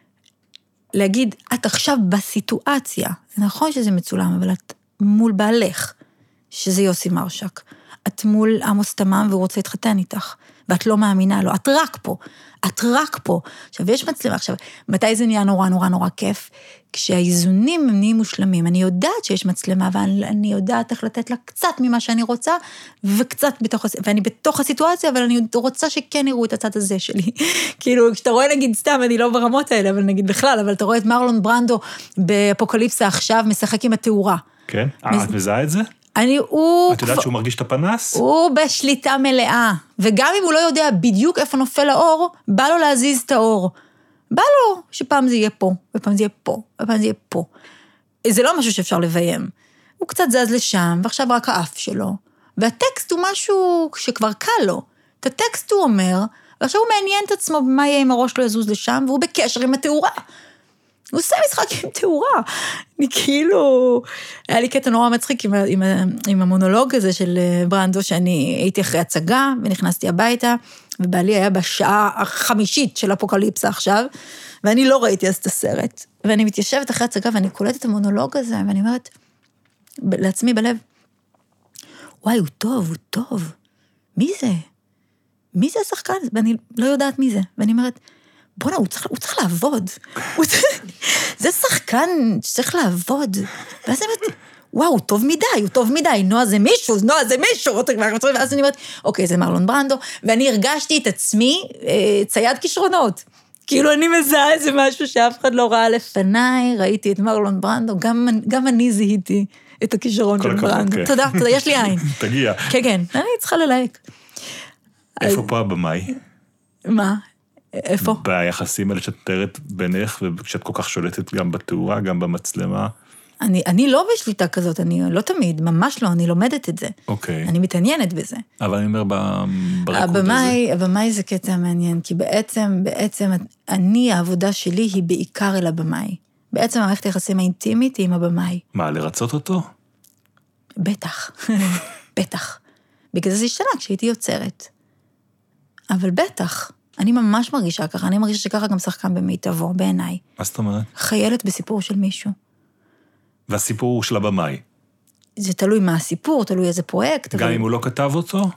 להגיד, את עכשיו בסיטואציה, זה נכון שזה מצולם, אבל את מול בעלך, שזה יוסי מרשק, את מול עמוס תמם והוא רוצה להתחתן איתך, ואת לא מאמינה לו, את רק פה, את רק פה. עכשיו, יש מצלמה, עכשיו, מתי זה נהיה נורא נורא נורא כיף? כשהאיזונים הם נהיים מושלמים, אני יודעת שיש מצלמה, ואני יודעת איך לתת לה קצת ממה שאני רוצה, וקצת ואני בתוך הסיטואציה, אבל אני רוצה שכן יראו את הצד הזה שלי. כאילו, כשאתה רואה, נגיד, סתם, אני לא ברמות האלה, אבל נגיד בכלל, אבל אתה רואה את מרלון ברנדו באפוקליפסה עכשיו, משחק עם התאורה. כן? את מזהה את זה? את יודעת שהוא מרגיש את הפנס? הוא בשליטה מלאה, וגם אם הוא לא יודע בדיוק איפה נופל האור, בא לו להזיז את האור. בא לו שפעם זה יהיה פה, ופעם זה יהיה פה, ופעם זה יהיה פה. זה לא משהו שאפשר לביים. הוא קצת זז לשם, ועכשיו רק האף שלו. והטקסט הוא משהו שכבר קל לו. את הטקסט הוא אומר, ועכשיו הוא מעניין את עצמו במה יהיה אם הראש לא יזוז לשם, והוא בקשר עם התאורה. הוא עושה משחק עם תאורה. אני כאילו, היה לי קטע נורא מצחיק עם המונולוג הזה של ברנדו, שאני הייתי אחרי הצגה, ונכנסתי הביתה, ובעלי היה בשעה החמישית של אפוקליפסה עכשיו, ואני לא ראיתי אז את הסרט. ואני מתיישבת אחרי הצגה, ואני קולטת את המונולוג הזה, ואני אומרת לעצמי בלב, וואי, הוא טוב, הוא טוב. מי זה? מי זה השחקן? ואני לא יודעת מי זה. ואני אומרת, בוא'נה, הוא צריך לעבוד. זה שחקן שצריך לעבוד. ואז אני אומרת, וואו, הוא טוב מדי, נועה זה מישהו. ואז אני אומרת, אוקיי, זה מרלון ברנדו, ואני הרגשתי את עצמי צייד כישרונות. כאילו אני מזהה איזה משהו שאף אחד לא ראה לפניי, ראיתי את מרלון ברנדו, גם אני זיהיתי את הכישרון של ברנדו. תודה, יש לי עין. תגיע. כן, אני צריכה ללהק. איפה פה הבמאי? מה? איפה? ביחסים האלה שאת מתארת בינך, וכשאת כל כך שולטת גם בתאורה, גם במצלמה. אני לא בשליטה כזאת, אני לא תמיד, ממש לא, אני לומדת את זה. אוקיי. אני מתעניינת בזה. אבל אני אומר בריקוד הזה. הבמאי זה קטע מעניין, כי בעצם העבודה שלי היא בעיקר אל הבמאי. בעצם המערכת היחסים האינטימית היא עם הבמאי. מה, לרצות אותו? בטח, בטח. בגלל זה השתנה כשהייתי יוצרת. אבל בטח. אני ממש מרגישה ככה, אני מרגישה שככה גם שחקן במיטבו, בעיניי. מה זאת אומרת? חיילת בסיפור של מישהו. והסיפור הוא של הבמאי. זה תלוי מה הסיפור, תלוי איזה פרויקט. גם אם הוא לא כתב אותו?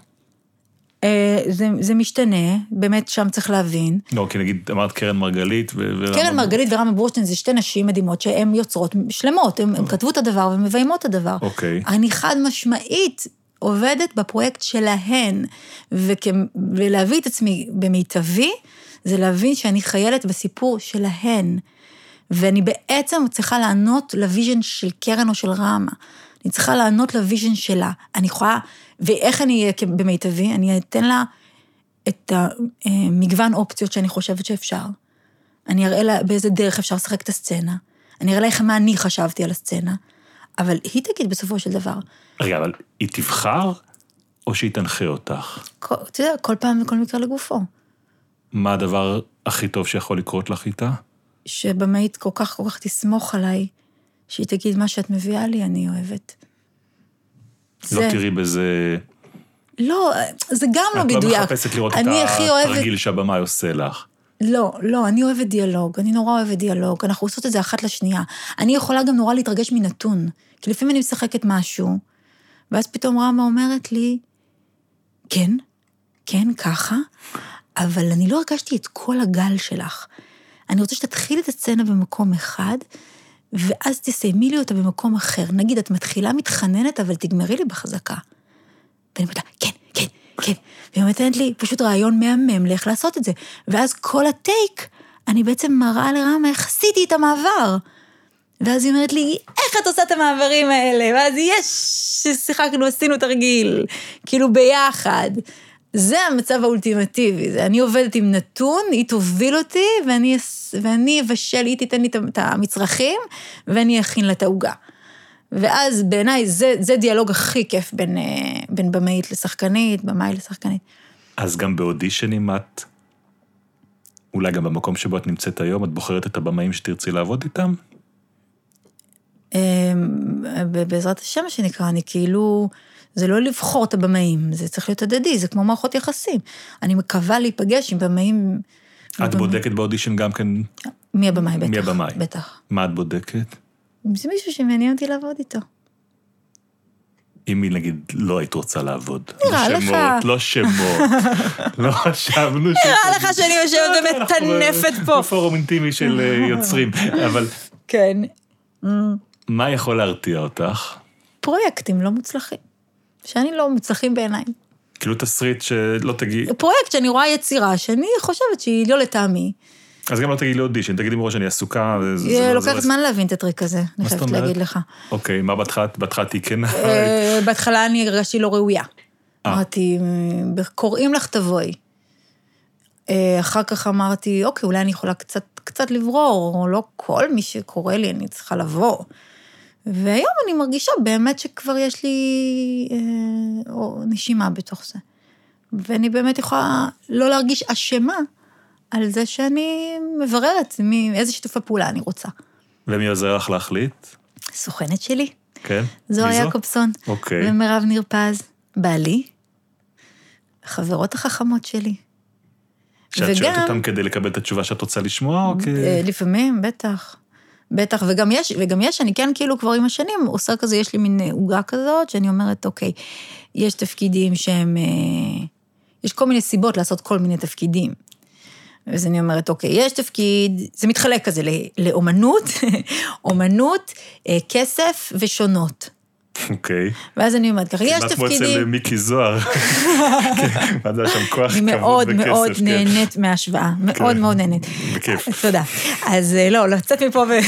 זה משתנה, באמת שם צריך להבין. לא, כי נגיד, אמרת קרן מרגלית קרן מרגלית ורמה בורשטיין זה שתי נשים מדהימות שהן יוצרות שלמות, הן כתבו את הדבר ומביימות את הדבר. אוקיי. אני חד משמעית עובדת בפרויקט שלהן, ולהביא את עצמי במיטבי, זה להבין שאני חיילת בסיפור שלהן, ואני בעצם צריכה לענות לוויז'ן של קרן או של רמה, אני צריכה לענות לוויז'ן שלה, אני יכולה, ואיך אני אהיה במיטבי, אני אתן לה את המגוון אופציות שאני חושבת שאפשר, אני אראה לה באיזה דרך אפשר לשחק את הסצנה, אני אראה לה איך מה אני חשבתי על הסצנה, אבל היא תגיד בסופו של דבר. רגע, אבל היא תבחר או שהיא תנחה אותך? אתה יודע, כל פעם וכל מקרה לגופו. מה הדבר הכי טוב שיכול לקרות לך איתה? שבמאית כל כך תסמוך עליי, שהיא תגיד מה שאת מביאה לי, אני אוהבת. לא תראי בזה... לא, זה גם לא מדויק. את לא מחפשת לראות את הרגיל שהבמאי עושה לך. לא, אני אוהבת דיאלוג, אני נורא אוהבת דיאלוג, אנחנו עושות את זה אחת לשנייה. אני יכולה גם נורא להתרגש מנתון, כי לפעמים אני משחקת משהו, ואז פתאום רמה אומרת לי, כן, ככה, אבל אני לא הרגשתי את כל הגל שלך. אני רוצה שתתחיל את הסצנה במקום אחד, ואז תסיימי לי אותה במקום אחר. נגיד, את מתחילה מתחננת, אבל תגמרי לי בחזקה. ואני אומרת, כן. והיא אומרת לי, פשוט רעיון מהמם, לך לעשות את זה. ואז כל הטייק, אני בעצם מראה לרמה איך עשיתי את המעבר. ואז היא אומרת לי, איך את עושה את המעברים האלה? ואז שיחקנו, עשינו תרגיל, כאילו ביחד. זה המצב האולטימטיבי, אני עובדת עם נתון, היא תוביל אותי, ואני אבשל, היא תיתן לי את המצרכים, ואני אכין לה את העוגה. ואז בעיניי זה דיאלוג הכי כיף בין במאית לשחקנית, במאי לשחקנית. אז גם באודישנים את, אולי גם במקום שבו את נמצאת היום, את בוחרת את הבמאים שתרצי לעבוד איתם? בעזרת השם שנקרא, אני כאילו, זה לא לבחור את הבמאים, זה צריך להיות הדדי, זה כמו מערכות יחסים. אני מקווה להיפגש עם במאים. את בודקת באודישן גם כן? מי הבמאי, בטח. מי הבמאי? בטח. מה את בודקת? זה מישהו שמעניין אותי לעבוד איתו. אם היא נגיד לא היית רוצה לעבוד. נראה לך. לא שמות. לא חשבנו נראה לך שאני יושבת ומטנפת פה. בפורום אינטימי של יוצרים. אבל כן. מה יכול להרתיע אותך? פרויקטים לא מוצלחים. שאני לא מוצלחים בעיניי. כאילו תסריט שלא תגיד... פרויקט שאני רואה יצירה, שאני חושבת שהיא לא לטעמי. אז גם לא תגיד לי אודישן, תגידי מראש שאני עסוקה. לוקח זמן להבין את הטריק הזה, אני חייבת להגיד לך. אוקיי, מה בהתחלה תיקן? בהתחלה אני הרגשתי לא ראויה. אמרתי, קוראים לך תבואי. אחר כך אמרתי, אוקיי, אולי אני יכולה קצת לברור, לא כל מי שקורא לי אני צריכה לבוא. והיום אני מרגישה באמת שכבר יש לי נשימה בתוך זה. ואני באמת יכולה לא להרגיש אשמה על זה שאני מבררת מאיזה שיתופי פעולה אני רוצה. ומי עוזר לך להחליט? סוכנת שלי. כן? זוהר יעקובסון. אוקיי. ומרב ניר פז. בעלי. חברות החכמות שלי. שאת שואלת אותם כדי לקבל את התשובה שאת רוצה לשמוע, או לפעמים, בטח. בטח, וגם יש, אני כן כאילו כבר עם השנים עושה כזה, יש לי מין עוגה כזאת, שאני אומרת, אוקיי, יש תפקידים שהם, יש כל מיני סיבות לעשות כל מיני תפקידים. אז אני אומרת, אוקיי, יש תפקיד, זה מתחלק כזה לאומנות, אומנות, כסף ושונות. אוקיי. ואז אני אומרת, ככה, יש כמעט תפקידים... כמו אצל מיקי זוהר. מה זה שם כוח, כבוד וכסף. מאוד מאוד נהנית מההשוואה, מאוד מאוד נהנית. בכיף. תודה. אז לא, לצאת מפה ו...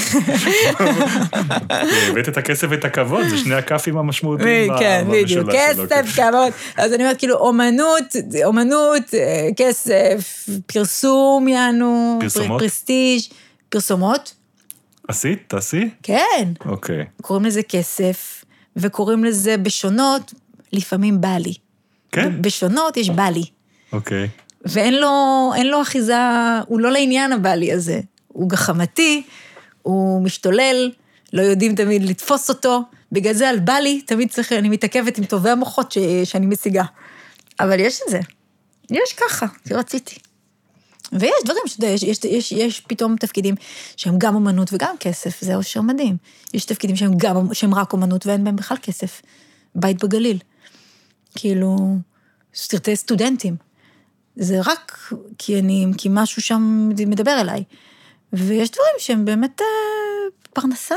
הבאת את הכסף ואת הכבוד, זה שני הכפים המשמעותיים. כן, בדיוק, כסף, כבוד. אז אני אומרת, כאילו, אומנות, כסף, פרסום, יענו, פרסטיג', פרסומות. עשית? תעשי? כן. אוקיי. קוראים לזה כסף. וקוראים לזה בשונות, לפעמים בא לי. כן? בשונות יש בא לי. אוקיי. ואין לו אחיזה, הוא לא לעניין הבא לי הזה. הוא גחמתי, הוא משתולל, לא יודעים תמיד לתפוס אותו. בגלל זה על בא לי, תמיד אני מתעכבת עם טובי המוחות שאני משיגה. אבל יש את זה. יש ככה, כי רציתי. ויש דברים, יש פתאום תפקידים שהם גם אומנות וגם כסף, זה אושר מדהים. יש תפקידים שהם רק אומנות ואין בהם בכלל כסף. בית בגליל. כאילו, סרטי סטודנטים. זה רק כי משהו שם מדבר אליי. ויש דברים שהם באמת פרנסה.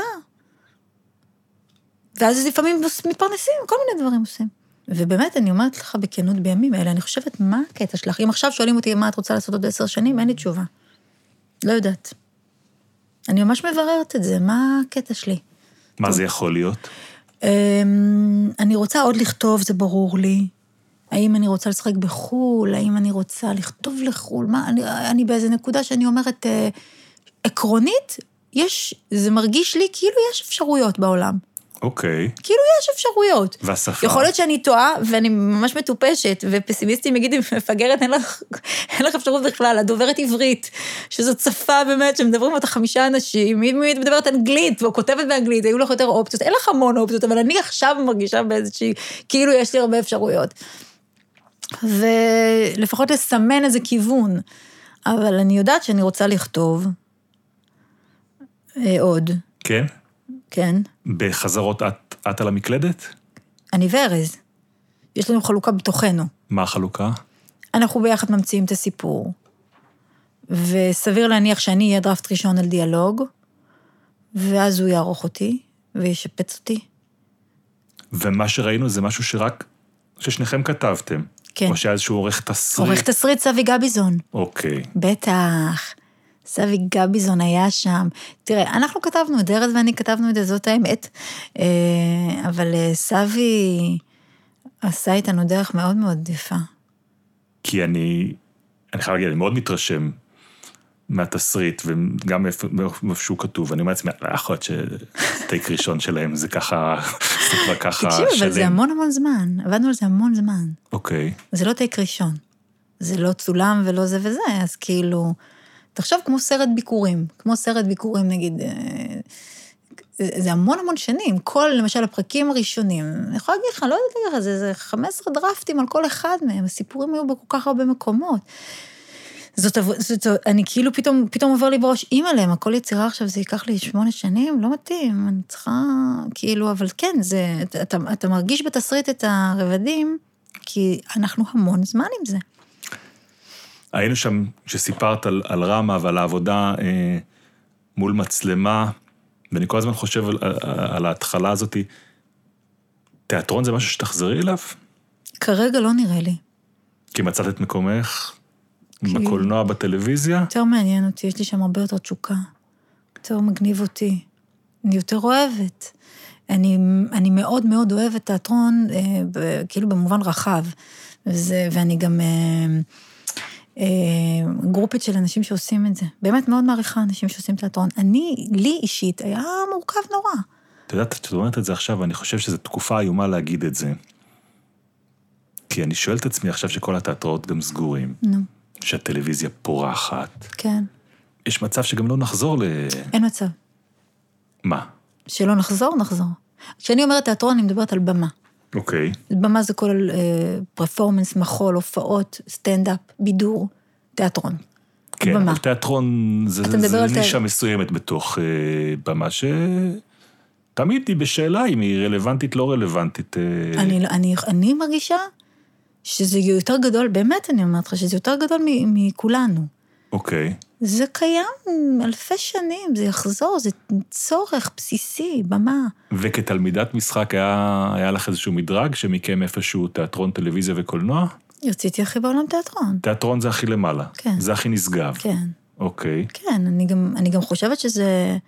ואז לפעמים מתפרנסים, כל מיני דברים עושים. ובאמת, אני אומרת לך בכנות בימים האלה, אני חושבת, מה הקטע שלך? אם עכשיו שואלים אותי מה את רוצה לעשות עוד 10 שנים, אין לי תשובה. לא יודעת. אני ממש מבררת את זה, מה הקטע שלי? מה זה יכול להיות? אני רוצה עוד לכתוב, זה ברור לי. האם אני רוצה לשחק בחול, האם אני רוצה לכתוב לחול, מה, אני באיזה נקודה שאני אומרת, עקרונית, זה מרגיש לי כאילו יש אפשרויות בעולם. אוקיי. כאילו יש אפשרויות. והשפה. יכול להיות שאני טועה, ואני ממש מטופשת, ופסימיסטים יגידו, מפגרת, אין לך אפשרות בכלל, הדוברת עברית, שזאת שפה באמת, שמדברים אותה 5 אנשים, מי מדברת אנגלית, או כותבת באנגלית, היו לך יותר אופציות, אין לך המון אופציות, אבל אני עכשיו מרגישה באיזושהי, כאילו יש לי הרבה אפשרויות. ולפחות לסמן איזה כיוון, אבל אני יודעת שאני רוצה לכתוב עוד. כן? כן. בחזרות את על המקלדת? אני וארז. יש לנו חלוקה בתוכנו. מה החלוקה? אנחנו ביחד ממציאים את הסיפור. וסביר להניח שאני אהיה דרפט ראשון על דיאלוג, ואז הוא יערוך אותי, וישפץ אותי. ומה שראינו זה משהו ששניכם כתבתם. כן. או שהיה איזשהו עורך תסריט. עורך תסריט סבי גביזון. אוקיי. בטח. סבי גביזון היה שם. תראה, אנחנו כתבנו את זה, ארז ואני כתבנו את זה, זאת האמת, אבל סבי עשה איתנו דרך מאוד מאוד יפה. כי אני חייב להגיד, אני מאוד מתרשם מהתסריט, וגם איפה שהוא כתוב, אני אומר לעצמי, לא יכול להיות שטייק ראשון שלהם, זה ככה, זה כבר ככה שלם. תקשיב, אבל זה המון זמן, עבדנו על זה המון זמן. אוקיי. זה לא טייק ראשון, זה לא צולם ולא זה וזה, אז כאילו, תחשוב כמו סרט ביקורים נגיד, זה המון שנים, כל למשל הפרקים הראשונים, אני יכולה להגיד לך, לא יודעת להגיד לך, זה 15 דרפטים על כל אחד מהם, הסיפורים היו בכל כך הרבה מקומות, אני כאילו פתאום עובר לי בראש, אימא להם, הכל יצירה עכשיו, זה ייקח לי 8 שנים, לא מתאים, אני צריכה, כאילו, אבל כן, אתה מרגיש בתסריט את הרבדים, כי אנחנו המון זמן עם זה. היינו שם, שסיפרת על רמה ועל העבודה מול מצלמה, ואני כל הזמן חושב על ההתחלה הזאת, תיאטרון זה משהו שתחזרי אליו? כרגע לא נראה לי. כי מצאת את מקומך בקולנוע, בטלוויזיה? יותר מעניין אותי, יש לי שם הרבה יותר תשוקה, יותר מגניב אותי, אני יותר אוהבת. אני מאוד מאוד אוהבת תיאטרון, כאילו במובן רחב, ואני גם גרופית של אנשים שעושים את זה. באמת מאוד מעריכה אנשים שעושים תיאטרון. לי אישית, היה מורכב נורא. אתה יודעת, את אומרת את זה עכשיו, ואני חושב שזו תקופה איומה להגיד את זה. כי אני שואל את עצמי עכשיו שכל התיאטראות גם סגורים. שהטלוויזיה פורחת. כן. יש מצב שגם לא נחזור אין מצב. מה? שלא נחזור. כשאני אומרת תיאטרון, אני מדברת על במה. אוקיי. במה זה כל פרפורמנס, מחול, הופעות, סטנדאפ, בידור, תיאטרון. כן, במה. אבל תיאטרון זה נישה מסוימת בתוך במה תמיד היא בשאלה אם היא רלוונטית, לא רלוונטית. אני מרגישה שזה יותר גדול, באמת אני אומרת לך, שזה יותר גדול מכולנו. אוקיי. זה קיים אלפי שנים, זה יחזור, זה צורך בסיסי, במה. וכתלמידת משחק היה לך איזשהו מדרג, שמקיים איפשהו תיאטרון, טלוויזיה וקולנוע? רציתי הכי בעולם תיאטרון. תיאטרון זה הכי למעלה. כן. זה הכי נשגב. כן. אוקיי. כן, אני גם חושבת שזה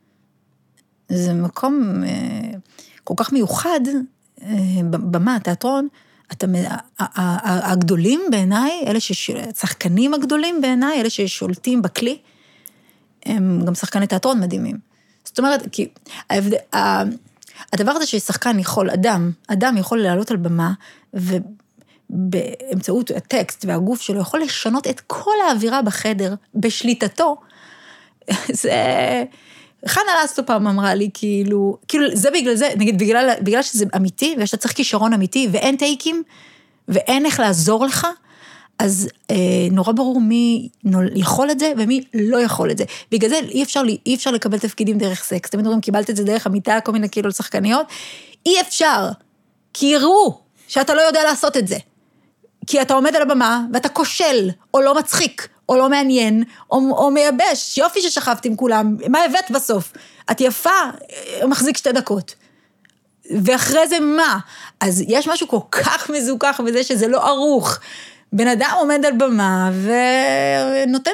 מקום כל כך מיוחד, במה, תיאטרון, הגדולים בעיניי, השחקנים הגדולים בעיניי, אלה ששולטים בכלי, הם גם שחקני תיאטרון מדהימים. זאת אומרת, כי הדבר הזה ששחקן יכול, אדם יכול לעלות על במה, ובאמצעות הטקסט והגוף שלו, יכול לשנות את כל האווירה בחדר, בשליטתו, זה חנה לסטו פעם אמרה לי, כאילו, זה בגלל זה, נגיד, בגלל שזה אמיתי, ושאתה צריך כישרון אמיתי, ואין טייקים, ואין איך לעזור לך, אז נורא ברור מי יכול את זה, ומי לא יכול את זה. בגלל זה אי אפשר לקבל תפקידים דרך סקס. תמיד אומרים, קיבלת את זה דרך המיטה, כל מיני כאילו לשחקניות. אי אפשר, כי יראו שאתה לא יודע לעשות את זה. כי אתה עומד על הבמה, ואתה כושל, או לא מצחיק, או לא מעניין, או מייבש. יופי ששכבת עם כולם. מה הבאת בסוף? את יפה, מחזיק 2 דקות. ואחרי זה מה? אז יש משהו כל כך מזוכח בזה שזה לא ערוך. בן אדם עומד על במה ונותן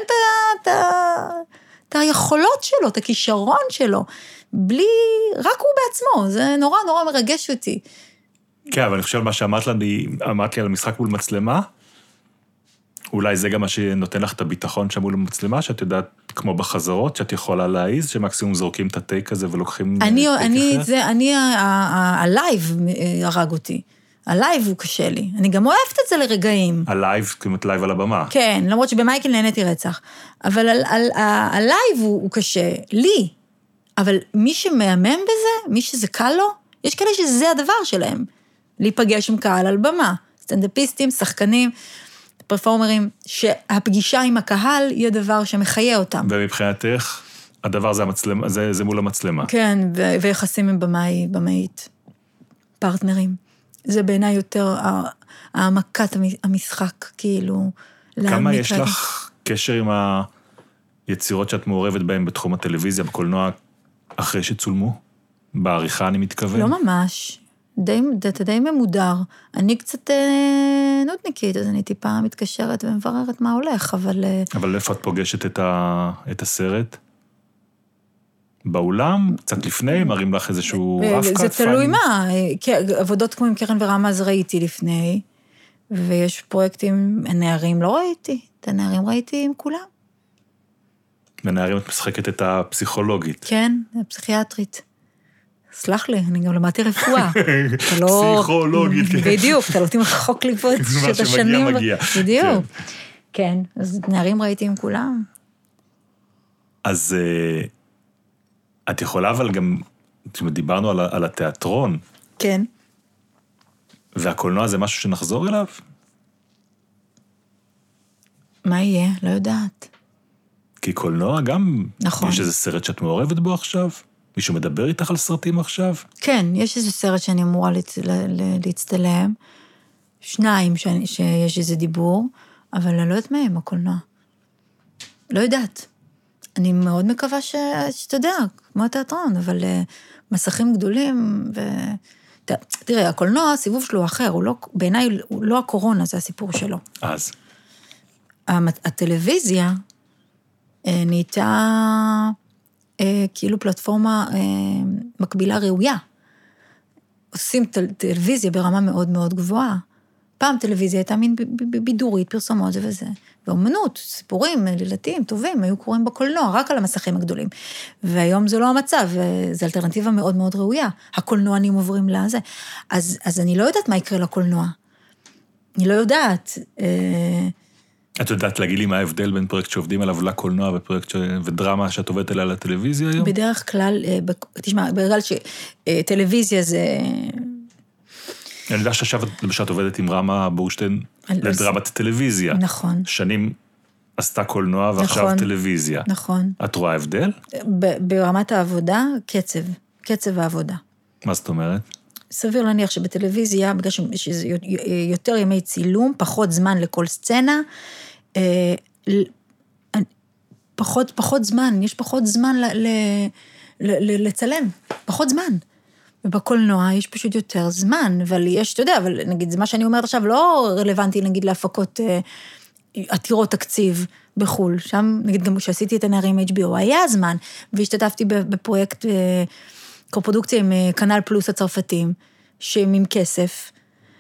את היכולות שלו, את הכישרון שלו, רק הוא בעצמו. זה נורא נורא מרגש אותי. כן, אבל אני חושב מה שאמרת לי על המשחק מול מצלמה, אולי זה גם מה שנותן לך את הביטחון שם מול המצלמה, שאת יודעת, כמו בחזרות, שאת יכולה להעיז, שמקסימום זורקים את הטייק הזה ולוקחים טייק אחר. הלייב הרג אותי. הלייב הוא קשה לי. אני גם אוהבת את זה לרגעים. הלייב, כמעט לייב על הבמה. כן, למרות שבמייקל נהניתי רצח. אבל הלייב הוא קשה לי. אבל מי שמאמן בזה, מי שזה קל לו, יש כאלה שזה הדבר שלהם. להיפגש עם קהל על במה. סטנדאפיסטים, שחקנים, פרפורמרים, שהפגישה עם הקהל היא הדבר שמחיה אותם. ומבחינתך, הדבר זה מול המצלמה. כן, ויחסים עם במאית, פרטנרים. זה בעיניי יותר העמקת המשחק, כאילו. כמה יש לך קשר עם היצירות שאת מעורבת בהן בתחום הטלוויזיה, בקולנוע, אחרי שצולמו? בעריכה אני מתכוון? לא ממש. אתה די ממודר. אני קצת נודניקית, אז אני טיפה מתקשרת ומבררת מה הולך, אבל... אבל איפה את פוגשת את הסרט? באולם? קצת לפני? מראים לך איזשהו רפקה? זה תלוי מה. עבודות כמו עם קרן ורמז ראיתי לפני, ויש פרויקטים, הנערים לא ראיתי. את הנערים ראיתי עם כולם. בנערים את משחקת את הפסיכולוגית. כן, הפסיכיאטרית. סלח לי, אני גם למדתי רפואה. פסיכולוגית. בדיוק, אתה לא תמחוק לי פה את השנים. מה שמגיע, מגיע. בדיוק. כן, אז נערים ראיתי עם כולם. אז את יכולה אבל גם, דיברנו על התיאטרון. כן. והקולנוע זה משהו שנחזור אליו? מה יהיה? לא יודעת. כי קולנוע גם, נכון. יש איזה סרט שאת מעורבת בו עכשיו? מישהו מדבר איתך על סרטים עכשיו? כן, יש איזה סרט שאני אמורה להצטלם, 2 שיש איזה דיבור, אבל אני לא יודעת מהם, הקולנוע. לא יודעת. אני מאוד מקווה שאתה יודע, כמו התיאטרון, אבל מסכים גדולים, תראה, הקולנוע, הסיבוב שלו אחר, בעיניי הוא לא הקורונה, זה הסיפור שלו. אז? הטלוויזיה נהייתה כאילו פלטפורמה מקבילה ראויה. עושים טלוויזיה ברמה מאוד מאוד גבוהה. פעם טלוויזיה הייתה מין בידורית, פרסומות וזה. ואומנות, סיפורים, לילתיים, טובים, היו קוראים בקולנוע, רק על המסכים הגדולים. והיום זה לא המצב, זו אלטרנטיבה מאוד מאוד ראויה. הקולנוענים עוברים לזה. אז אני לא יודעת מה יקרה לקולנוע. אני לא יודעת. את יודעת להגיד לי מה ההבדל בין פרויקט שעובדים עליו לקולנוע ופרויקט ודרמה שאת עובדת עליה לטלוויזיה היום? בדרך כלל, תשמע, בגלל שטלוויזיה זה... אני יודע שעכשיו למשל את עובדת עם רמה בורשטיין לדרמת טלוויזיה. נכון. שנים עשתה קולנוע ועכשיו טלוויזיה. נכון. את רואה הבדל? ברמת העבודה, קצב העבודה. מה זאת אומרת? סביר להניח שבטלוויזיה, בגלל שזה יותר ימי צילום, פחות זמן לכל סצנה, פחות זמן, יש פחות זמן לצלם, פחות זמן. ובקולנוע יש פשוט יותר זמן, אבל יש, אתה יודע, אבל נגיד, זה מה שאני אומרת עכשיו, לא רלוונטי, נגיד, להפקות עתירות תקציב בחול. שם, נגיד, גם כשעשיתי את הנערים HBO, היה זמן, והשתתפתי בפרויקט קופרודוקציה עם קנל פלוס הצרפתים, שהם עם כסף,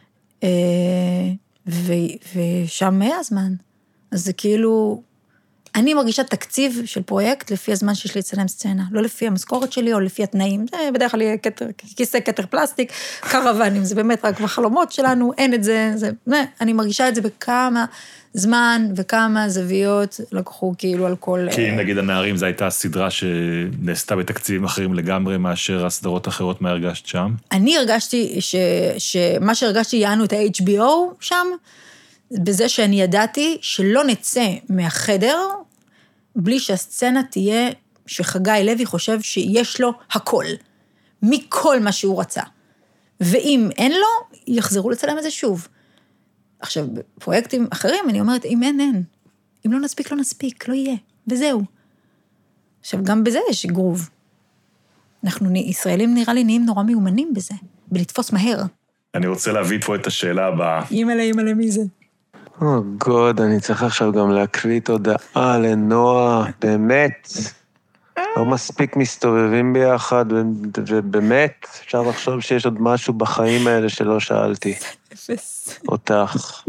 ושם היה זמן. אז זה כאילו, אני מרגישה תקציב של פרויקט לפי הזמן שיש לי לצלם סצנה, לא לפי המשכורת שלי או לפי התנאים, זה בדרך כלל כיסא כתר פלסטיק, קרוונים, זה באמת רק בחלומות שלנו, אין את זה, אני מרגישה את זה בכמה זמן וכמה זוויות לקחו כאילו על כל... כי נגיד הנערים, זו הייתה סדרה שנעשתה בתקציבים אחרים לגמרי מאשר הסדרות אחרות, מה הרגשת שם? אני הרגשתי שמה שהרגשתי יענו את ה-HBO שם, בזה שאני ידעתי שלא נצא מהחדר, בלי שהסצנה תהיה שחגי לוי חושב שיש לו הכל, מכל מה שהוא רצה. ואם אין לו, יחזרו לצלם את זה שוב. עכשיו, בפרויקטים אחרים, אני אומרת, אם אין. אם לא נספיק, לא נספיק, לא יהיה. וזהו. עכשיו, גם בזה יש גרוב. אנחנו, ישראלים נראה לי, נהיים נורא מיומנים בזה, בלתפוס מהר. אני רוצה להביא פה את השאלה הבאה. אימא'לה, מי זה? גוד, אני צריך עכשיו גם להקליט הודעה לנועה, באמת. לא מספיק מסתובבים ביחד, ובאמת, אפשר לחשוב שיש עוד משהו בחיים האלה שלא שאלתי. אפס. אותך.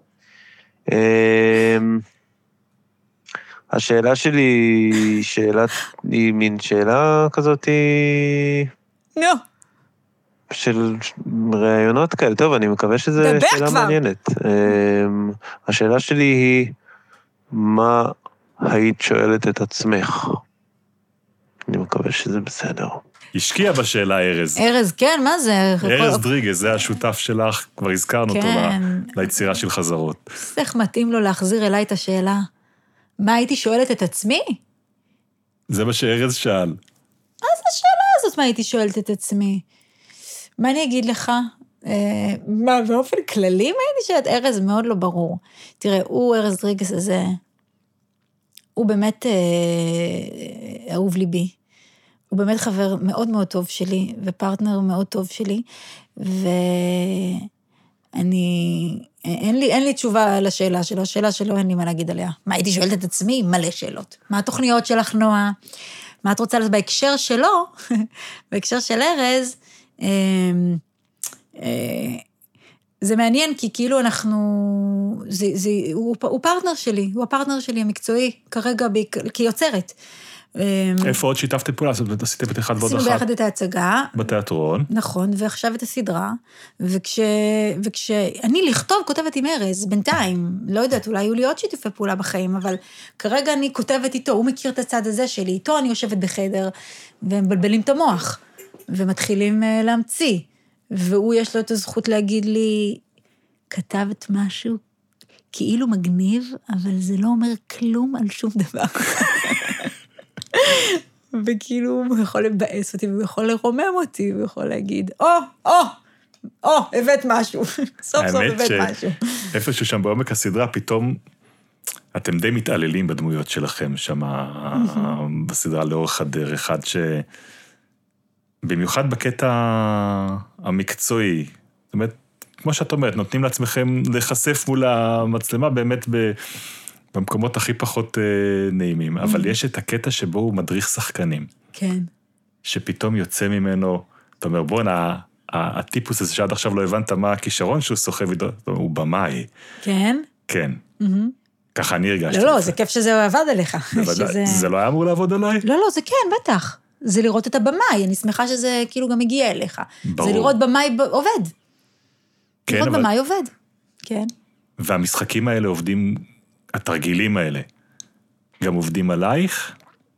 השאלה שלי היא מין שאלה כזאת נו. של רעיונות כאלה. טוב, אני מקווה שזו שאלה מעניינת. השאלה שלי היא, מה היית שואלת את עצמך? אני מקווה שזה בסדר. השקיע בשאלה ארז. ארז, כן, מה זה? ארז דריגז, זה השותף שלך, כבר הזכרנו אותו ליצירה של חזרות. איך מתאים לו להחזיר אליי את השאלה? מה הייתי שואלת את עצמי? זה מה שארז שאל. אז השאלה הזאת, מה הייתי שואלת את עצמי? מה אני אגיד לך? מה, באופן כללי, מה הייתי שואלת? ארז מאוד לא ברור. תראה, הוא ארז דריגז הזה, הוא באמת אהוב ליבי. הוא באמת חבר מאוד מאוד טוב שלי, ופרטנר מאוד טוב שלי, אין לי תשובה לשאלה שלו, השאלה שלו אין לי מה להגיד עליה. מה הייתי שואלת את עצמי? מלא שאלות. מה התוכניות שלך, נועה? מה את רוצה לעשות בהקשר שלו? בהקשר של ארז, זה מעניין, כי כאילו הוא פרטנר שלי, הוא הפרטנר שלי המקצועי, כרגע כיוצרת. איפה עוד שיתפתם פעולה? עשיתם את אחד ועוד אחת? עשינו ביחד את ההצגה. בתיאטרון. נכון, ועכשיו את הסדרה, וכשאני לכתוב כותבת עם ארז, בינתיים, לא יודעת, אולי היו לי עוד שיתופי פעולה בחיים, אבל כרגע אני כותבת איתו, הוא מכיר את הצד הזה שלי, איתו אני יושבת בחדר, ומבלבלים את המוח, ומתחילים להמציא, והוא יש לו את הזכות להגיד לי, כתבת משהו כאילו מגניב, אבל זה לא אומר כלום על שום דבר. וכאילו הוא יכול לבאס אותי, הוא יכול לרומם אותי, הוא יכול להגיד, הבאת משהו, סוף הבאת משהו. איפשהו שם בעומק הסדרה, פתאום אתם די מתעללים בדמויות שלכם, שם בסדרה לאורך הדרך, עד במיוחד בקטע המקצועי, זאת אומרת, כמו שאת אומרת, נותנים לעצמכם לחשף מול המצלמה, באמת במקומות הכי פחות נעימים, אבל יש את הקטע שבו הוא מדריך שחקנים. כן. שפתאום יוצא ממנו, אתה אומר, בוא, הטיפוס הזה שעד עכשיו לא הבנת מה הכישרון שהוא סוחב, הוא במאי. כן? כן. ככה אני הרגשתי. לא, זה כיף שזה עבד עליך. זה לא היה אמור לעבוד עליי? לא, זה כן, בטח. זה לראות את הבמאי, אני שמחה שזה כאילו גם הגיע אליך. ברור. זה לראות במאי עובד. כן, לראות במאי עובד. כן. והמשחקים האלה עובדים, התרגילים האלה, גם עובדים עלייך?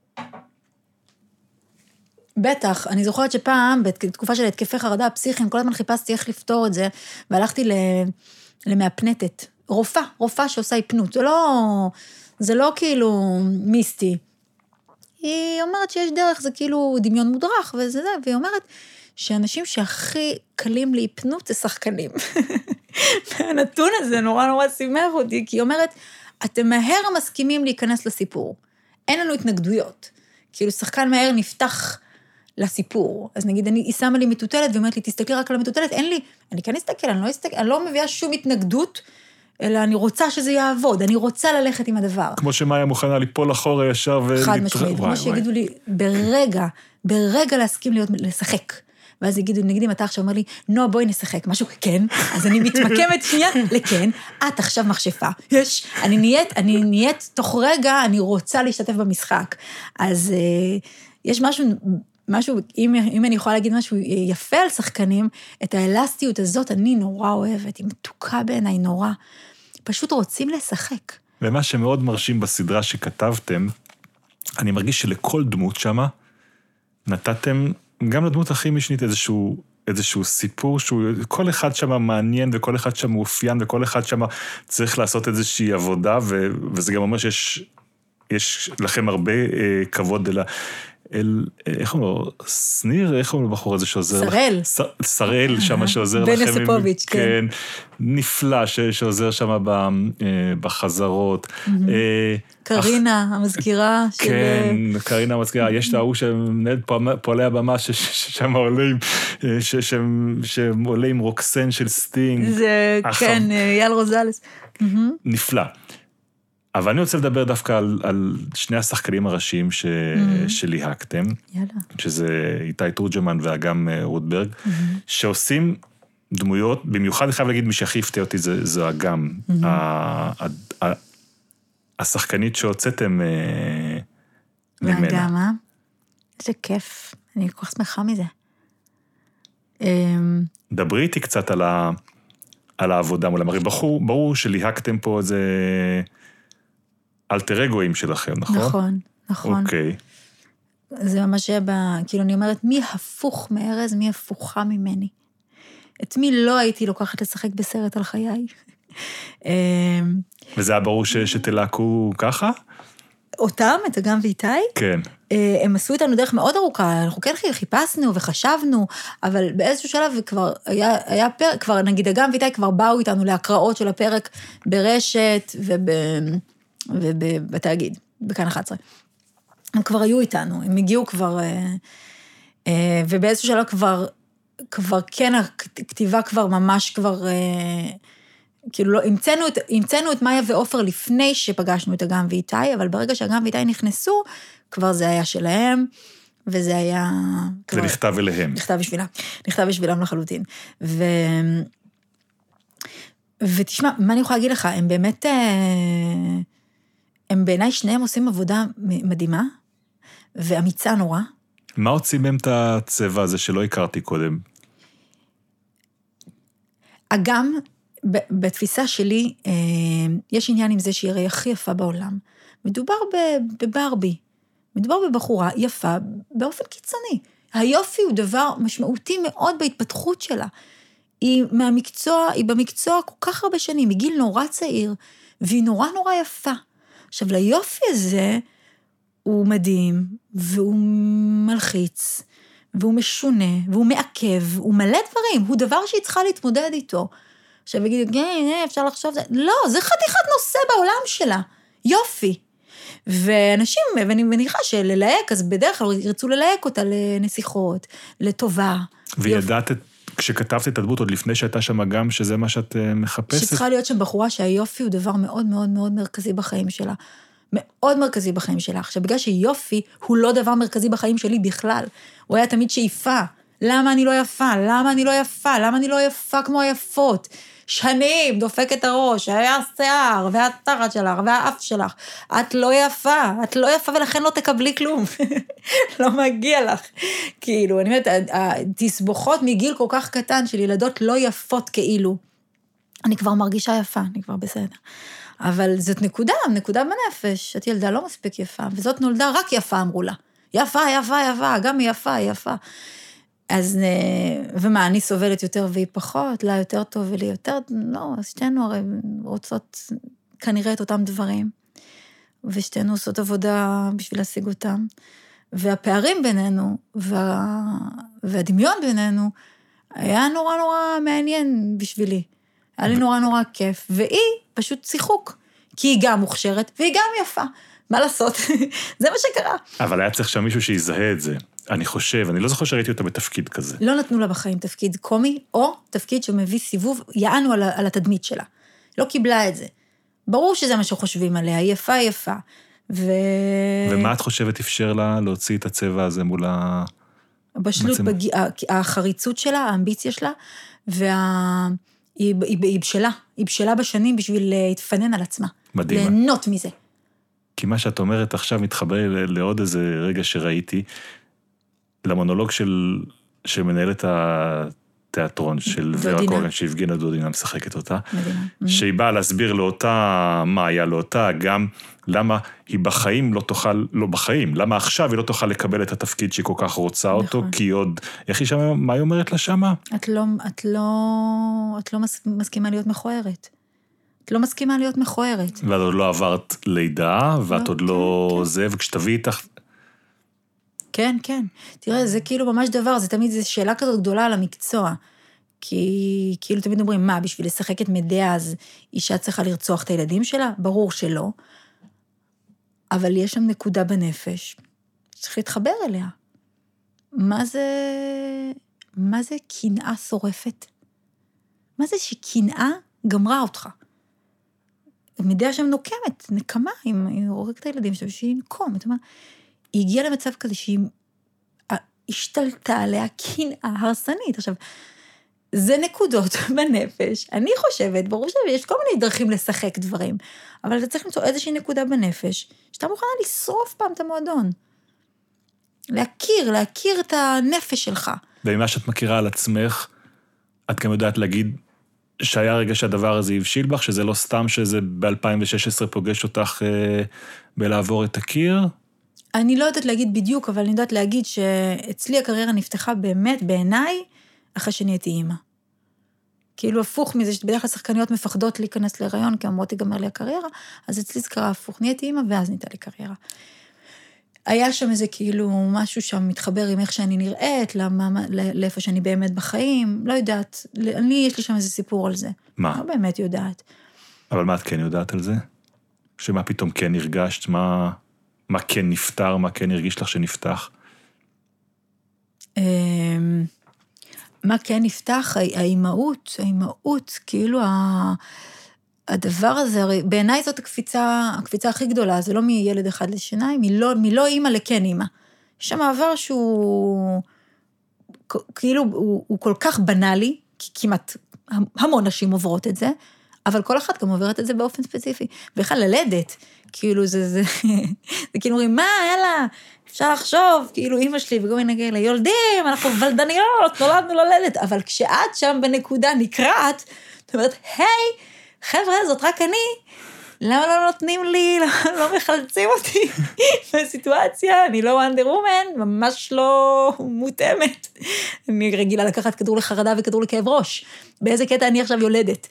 בטח, אני זוכרת שפעם, בתקופה של התקפי חרדה הפסיכיים, כל הזמן חיפשתי איך לפתור את זה, והלכתי למאפנטת, רופאה שעושה היפנות, זה לא כאילו מיסטי. היא אומרת שיש דרך, זה כאילו דמיון מודרך, והיא אומרת שאנשים שהכי קלים להיפנות זה שחקנים. והנתון הזה נורא נורא שימח אותי, כי היא אומרת, אתם מהר מסכימים להיכנס לסיפור. אין לנו התנגדויות. כאילו שחקן מהר נפתח לסיפור. אז נגיד, היא שמה לי מטוטלת, ואומרת לי, תסתכלי רק על המטוטלת, אין לי, אני כן אסתכל, אני לא מביאה שום התנגדות, אלא אני רוצה שזה יעבוד, אני רוצה ללכת עם הדבר. כמו שמאיה מוכנה ליפול אחורה ישר חד משמעית, כמו שיגידו לי, ברגע להסכים לשחק. ואז יגידו, נגיד אם אתה עכשיו אומר לי, נו, בואי נשחק, משהו כן, אז אני מתמקמת שנייה לכן, את עכשיו מכשפה, אני נהיית תוך רגע, אני רוצה להשתתף במשחק. אז יש משהו, אם אני יכולה להגיד משהו יפה על שחקנים, את האלסטיות הזאת אני נורא אוהבת, היא מתוקה בעיניי נורא, פשוט רוצים לשחק. ומה שמאוד מרשים בסדרה שכתבתם, אני מרגיש שלכל דמות שמה, נתתם גם לדמות הכי משנית איזשהו סיפור, כל אחד שמה מעניין, וכל אחד שמה מאופיין, וכל אחד שמה צריך לעשות איזושהי עבודה, וזה גם אומר שיש לכם הרבה כבוד איך אומר לו, שניר, איך אומר לו בחור הזה שעוזר לך? שראל שמה שעוזר לכם. בן יוסיפוביץ', כן. נפלא שעוזר שמה בחזרות. קרינה, המזכירה. כן, קרינה המזכירה. יש את ההוא שמנהל פועלי הבמה ששם עולה עם רוקסן של סטינג. זה, כן, יאל רוזלס. נפלא. אבל אני רוצה לדבר דווקא על שני השחקנים הראשיים שליהקתם, שזה איתי תורג'מן ואגם רוטברג, שעושים דמויות, במיוחד אני חייב להגיד, מי שהכי הפתיע אותי זו אגם, השחקנית שהוצאתם ממנה. ואגם, איזה כיף, אני כל כך שמחה מזה. דברי איתי קצת על העבודה מולם, הרי ברור שליהקתם פה איזה אלטר אגואים שלכם, נכון? נכון. אוקיי. זה ממש כאילו אני אומרת, מי הפוך מארז, מי הפוכה ממני? את מי לא הייתי לוקחת לשחק בסרט על חיי? וזה היה ברור שתלהקו ככה? אותם, את אגם ואיתי? כן. הם עשו איתנו דרך מאוד ארוכה, אנחנו כן חיפשנו וחשבנו, אבל באיזשהו שלב כבר היה פרק, כבר נגיד אגם ואיתי כבר באו איתנו להקראות של הפרק ברשת ובתאגיד, בכאן 11. הם כבר היו איתנו, הם הגיעו כבר, ובאיזשהו שלב כבר כן, הכתיבה כבר ממש כבר, כאילו לא, המצאנו את מאיה ואופר לפני שפגשנו את אגם ואיתי, אבל ברגע שאגם ואיתי נכנסו, כבר זה היה שלהם, וזה היה... זה נכתב אליהם. נכתב בשבילם לחלוטין. ותשמע, מה אני יכולה להגיד לך, הם באמת, הם בעיניי שניהם עושים עבודה מדהימה, ואמיצה נורא. מה הוציא מהם את הצבע הזה שלא הכרתי קודם? אגם, בתפיסה שלי, יש עניין עם זה שהיא הרי הכי יפה בעולם. מדובר בברבי, מדובר בבחורה יפה באופן קיצוני. היופי הוא דבר משמעותי מאוד בהתפתחות שלה. היא במקצוע כל כך הרבה שנים, מגיל נורא צעיר, והיא נורא נורא יפה. עכשיו, ליופי הזה הוא מדהים, והוא מלחיץ, והוא משונה, והוא מעכב, הוא מלא דברים, הוא דבר שהיא צריכה להתמודד איתו. עכשיו, יגידו, אפשר לחשוב, לא, זה חתיכת נושא בעולם שלה, יופי. ואנשים, ואני מניחה שללהק, אז בדרך כלל ירצו ללהק אותה לנסיכות, לטובה. וידעת, כשכתבת את הדמות, עוד לפני שהייתה שם גם, שזה מה שאת מחפשת? שצריכה להיות שם בחורה שהיופי הוא דבר מאוד מאוד מאוד מרכזי בחיים שלה. מאוד מרכזי בחיים שלה. עכשיו, בגלל שיופי הוא לא דבר מרכזי בחיים שלי בכלל. הוא היה תמיד שאיפה. למה אני לא יפה? למה אני לא יפה? למה אני לא יפה כמו היפות? שנים, דופק את הראש, היה שיער, והתחת שלך, והאף שלך. את לא יפה ולכן לא תקבלי כלום. לא מגיע לך. כאילו, אני אומרת, התסבוכות מגיל כל כך קטן של ילדות לא יפות כאילו. אני כבר מרגישה יפה, אני כבר בסדר. אבל זאת נקודה בנפש. את ילדה לא מספיק יפה, וזאת נולדה רק יפה, אמרו לה. יפה, גם היא יפה. אז, ומה, אני סובלת יותר והיא פחות, לה יותר טוב ולי יותר, לא, אז שתינו הרי רוצות כנראה את אותם דברים, ושתינו עושות עבודה בשביל להשיג אותם, והפערים בינינו, והדמיון בינינו, היה נורא נורא מעניין בשבילי, היה לי נורא נורא כיף, והיא פשוט שיחוק, כי היא גם מוכשרת, והיא גם יפה, מה לעשות? זה מה שקרה. אבל היה צריך שם מישהו שיזהה את זה. אני חושב, אני לא זוכר שראיתי אותה בתפקיד כזה. לא נתנו לה בחיים תפקיד קומי, או תפקיד שמביא סיבוב, יענו על התדמית שלה. לא קיבלה את זה. ברור שזה מה שחושבים עליה, היא יפה. ומה את חושבת אפשר לה להוציא את הצבע הזה מול בשלות, החריצות שלה, האמביציה שלה, היא בשלה בשנים בשביל להתפנן על עצמה. מדהים. ליהנות מזה. כי מה שאת אומרת עכשיו מתחבר לעוד איזה רגע שראיתי, למונולוג של מנהלת התיאטרון, של ורה קורן, שהפגינה דודינה משחקת אותה, שהיא באה להסביר לאותה מאיה, לאותה גם, למה היא בחיים לא תוכל, לא בחיים, למה עכשיו היא לא תוכל לקבל את התפקיד שהיא כל כך רוצה אותו, כי עוד, איך היא שמה, מה היא אומרת לה שמה? את לא מסכימה להיות מכוערת. את לא מסכימה להיות מכוערת. ואת עוד לא עברת לידה, ואת עוד לא זה, וכשתביא איתך... כן. תראה, זה כאילו ממש דבר, זה תמיד זו שאלה כזאת גדולה על המקצוע. כי כאילו תמיד אומרים, מה, בשביל לשחק את מדיה, אז אישה צריכה לרצוח את הילדים שלה? ברור שלא. אבל יש שם נקודה בנפש. צריך להתחבר אליה. מה זה קנאה שורפת? מה זה שקנאה גמרה אותך? מדיה שם נוקמת, נקמה, היא הורגת את הילדים שלה, שהיא נקום, זאת אומרת, היא הגיעה למצב כזה שהיא השתלטה עליה קנאה הרסנית. עכשיו, זה נקודות בנפש. אני חושבת, ברור שיש כל מיני דרכים לשחק דברים, אבל אתה צריך למצוא איזושהי נקודה בנפש, שאתה מוכנה לשרוף פעם את המועדון. להכיר את הנפש שלך. וממה שאת מכירה על עצמך, את גם יודעת להגיד שהיה רגע שהדבר הזה הבשיל בך, שזה לא סתם שזה ב-2016 פוגש אותך בלעבור את הקיר? אני לא יודעת להגיד בדיוק, אבל אני יודעת להגיד שאצלי הקריירה נפתחה באמת בעיניי, אחרי שנהייתי אימא. כאילו הפוך מזה, שבדרך כלל שחקניות מפחדות להיכנס להיריון, כי אמרות תיגמר לי הקריירה, אז אצלי זה קרה הפוך, נהייתי אימא, ואז נהייתה לי קריירה. היה שם איזה כאילו משהו שם מתחבר עם איך שאני נראית, לאיפה שאני באמת בחיים, לא יודעת, יש לי שם איזה סיפור על זה. מה? לא באמת יודעת. אבל מה את כן יודעת על זה? שמה פתאום כן הרגשת, מה כן נפטר, מה כן הרגיש לך שנפתח? מה כן נפתח? האימהות, כאילו הדבר הזה, הרי בעיניי זאת הקפיצה הכי גדולה, זה לא מילד אחד לשניים, מלא אימא לכן אימא. יש שם מעבר שהוא, כאילו, הוא כל כך בנאלי, כי כמעט המון נשים עוברות את זה, אבל כל אחת גם עוברת את זה באופן ספציפי. בכלל ללדת, כאילו זה כאילו אומרים, מה, יאללה, אפשר לחשוב, כאילו אמא שלי וגם נגיד לה, יולדים, אנחנו ולדניות, נולדנו ללדת, אבל כשאת שם בנקודה נקראת, זאת אומרת, היי, חבר'ה, זאת רק אני, למה לא נותנים לי, לא מחלצים אותי בסיטואציה, אני לא וונדר וומן, ממש לא מותאמת. אני רגילה לקחת כדור לחרדה וכדור לכאב ראש. באיזה קטע אני עכשיו יולדת.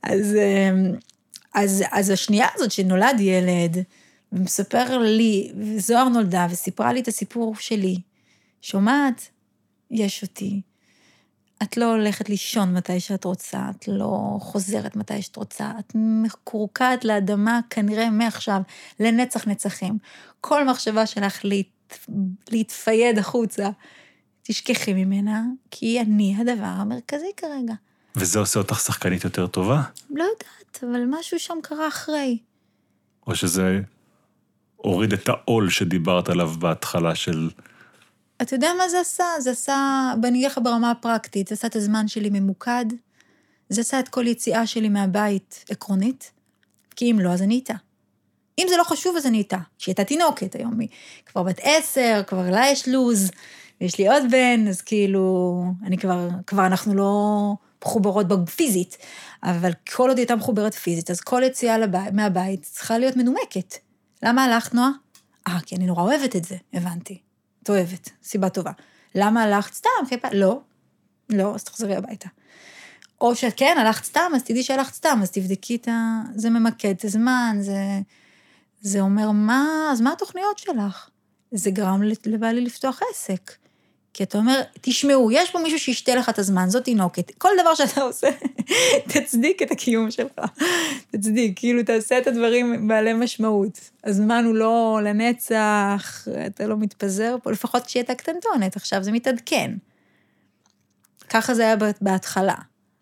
אז השנייה הזאת שנולד ילד, ומספר לי, זוהר נולדה וסיפרה לי את הסיפור שלי, שומעת, יש אותי. את לא הולכת לישון מתי שאת רוצה, את לא חוזרת מתי שאת רוצה, את מקורקעת לאדמה כנראה מעכשיו, לנצח נצחים. כל מחשבה שלך להתפייד החוצה, תשכחי ממנה, כי אני הדבר המרכזי כרגע. וזה עושה אותך שחקנית יותר טובה? לא יודעת, אבל משהו שם קרה אחרי. או שזה הוריד את העול שדיברת עליו בהתחלה של... אתה יודע מה זה עשה? זה עשה, אני אגיד לך ברמה הפרקטית, זה עשה את הזמן שלי ממוקד, זה עשה את כל יציאה שלי מהבית עקרונית, כי אם לא, אז אני איתה. אם זה לא חשוב, אז אני איתה. שהייתה תינוקת היום, כבר בת 10, כבר לה יש לוז, ויש לי עוד בן, אז כאילו, אני כבר אנחנו לא מחוברות פיזית, אבל כל עוד הייתה מחוברת פיזית, אז כל יציאה מהבית צריכה להיות מנומקת. למה הלכת, נועה? כי אני נורא אוהבת את זה, הבנתי. את אוהבת, סיבה טובה. למה הלכת סתם? לא, אז תחזרי הביתה. או שכן, הלכת סתם, אז תדעי שהלכת סתם, אז תבדקי זה ממקד את הזמן, זה אומר, אז מה התוכניות שלך? זה גרם לבעלי לפתוח עסק. כי אתה אומר, תשמעו, יש פה מישהו שישתה לך את הזמן, זאת תינוקת. כל דבר שאתה עושה, תצדיק את הקיום שלך. תצדיק, כאילו תעשה את הדברים בעלי משמעות. הזמן הוא לא לנצח, אתה לא מתפזר פה, לפחות כשהייתה קטנטונת, עכשיו זה מתעדכן. ככה זה היה בהתחלה.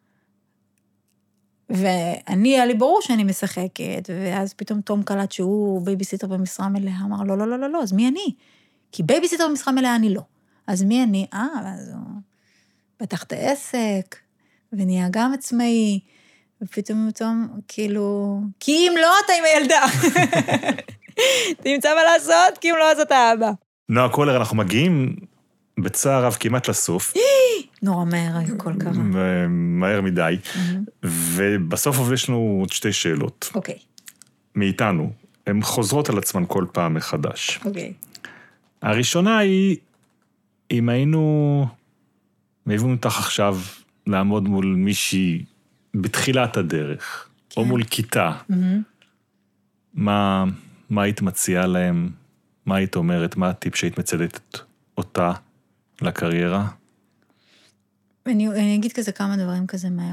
ואני, היה לי ברור שאני משחקת, ואז פתאום תום קלט שהוא בייביסיטר במשרה מלאה, אמר, לא, אז מי אני? כי בייביסיטר במשרה מלאה אני לא. אז מי אני? אז הוא פתח את העסק, ונהיה גם עצמאי, ופתאום, כאילו, כי אם לא, אתה עם הילדה. תמצא מה לעשות, כי אם לא, אז אתה אבא. נועה קולר, אנחנו מגיעים בצער רב כמעט לסוף. נורא מהר, הכל קרה. מהר מדי. ובסוף יש לנו עוד 2 שאלות. אוקיי. מאיתנו. הן חוזרות על עצמן כל פעם מחדש. אוקיי. הראשונה היא, אם היינו מביאים אותך עכשיו לעמוד מול מישהי בתחילת הדרך, או מול כיתה, מה היית מציעה להם? מה היית אומרת? מה הטיפ שהיית מצלת אותה לקריירה? אני אגיד כזה כמה דברים כזה מהר.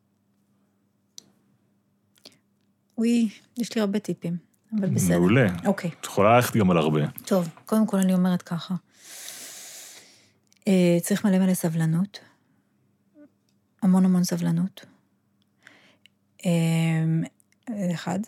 יש לי הרבה טיפים, אבל בסדר. מעולה. אוקיי. את יכולה ללכת גם על הרבה. טוב, קודם כל אני אומרת ככה. צריך מלא סבלנות. המון סבלנות. אחד.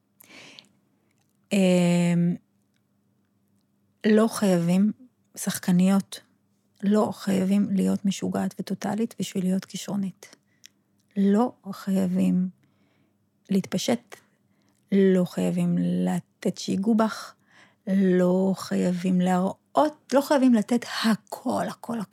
לא חייבים, שחקניות, לא חייבים להיות משוגעת וטוטלית בשביל להיות כישרונית. לא חייבים להתפשט, לא חייבים לתת שיגעו בך, לא חייבים להראות, לא חייבים לתת הכל,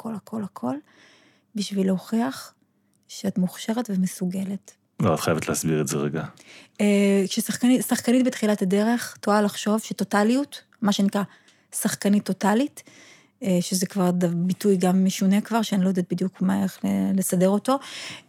בשביל להוכיח שאת מוכשרת ומסוגלת. לא, את חייבת להסביר את זה רגע. כששחקנית בתחילת הדרך, תועה לחשוב שטוטליות, מה שנקרא שחקנית טוטלית, שזה כבר ביטוי גם משונה כבר, שאני לא יודעת בדיוק איך לסדר אותו,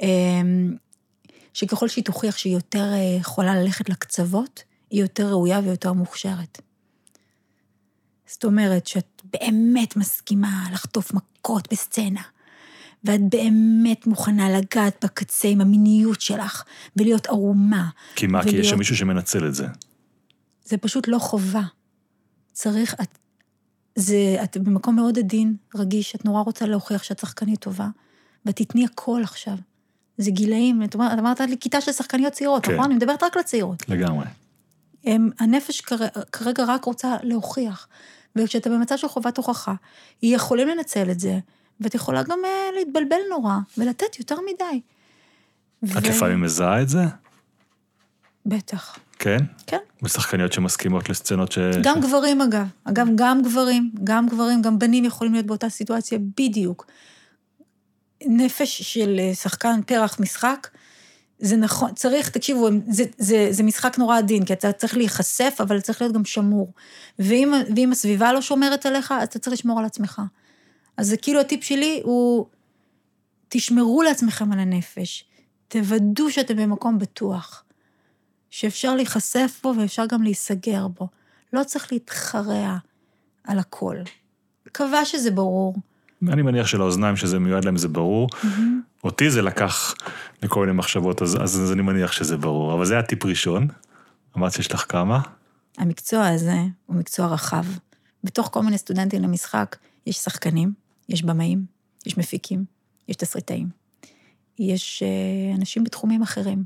שככל שהיא תוכיח שהיא יותר יכולה ללכת לקצוות, היא יותר ראויה ויותר מוכשרת. זאת אומרת שאת באמת מסכימה לחטוף מכות בסצנה, ואת באמת מוכנה לגעת בקצה עם המיניות שלך, ולהיות ערומה. כי מה? כי יש שם מישהו שמנצל את זה. זה פשוט לא חובה. צריך, את במקום מאוד עדין, רגיש, את נורא רוצה להוכיח שאת שחקנית טובה, ותתני הכל עכשיו. זה גילאים, את אמרת לי, כיתה של שחקניות צעירות, נכון? אני מדברת רק לצעירות. לגמרי. הנפש כרגע רק רוצה להוכיח, וכשאתה במצב של חובת הוכחה, היא יכולים לנצל את זה, ואת יכולה גם להתבלבל נורא, ולתת יותר מדי. את לפעמים מזהה את זה? בטח. כן? כן. בשחקניות שמסכימות לסצנות גם גברים אגב. אגב, גם גברים, גם בנים יכולים להיות באותה סיטואציה בדיוק. נפש של שחקן פרח משחק, זה נכון, צריך, תקשיבו, זה משחק נורא עדין, כי אתה צריך להיחשף, אבל צריך להיות גם שמור. ואם הסביבה לא שומרת עליך, אז אתה צריך לשמור על עצמך. אז זה כאילו הטיפ שלי הוא, תשמרו לעצמכם על הנפש, תוודאו שאתם במקום בטוח, שאפשר להיחשף בו ואפשר גם להיסגר בו. לא צריך להתחרע על הכל. מקווה שזה ברור. אני מניח שלאוזניים שזה מיועד להם זה ברור. אותי זה לקח לכל מיני מחשבות, אז אני מניח שזה ברור. אבל זה היה טיפ ראשון. אמרת שיש לך כמה? המקצוע הזה הוא מקצוע רחב. בתוך כל מיני סטודנטים למשחק, יש שחקנים, יש במאים, יש מפיקים, יש תסריטאים. יש אנשים בתחומים אחרים.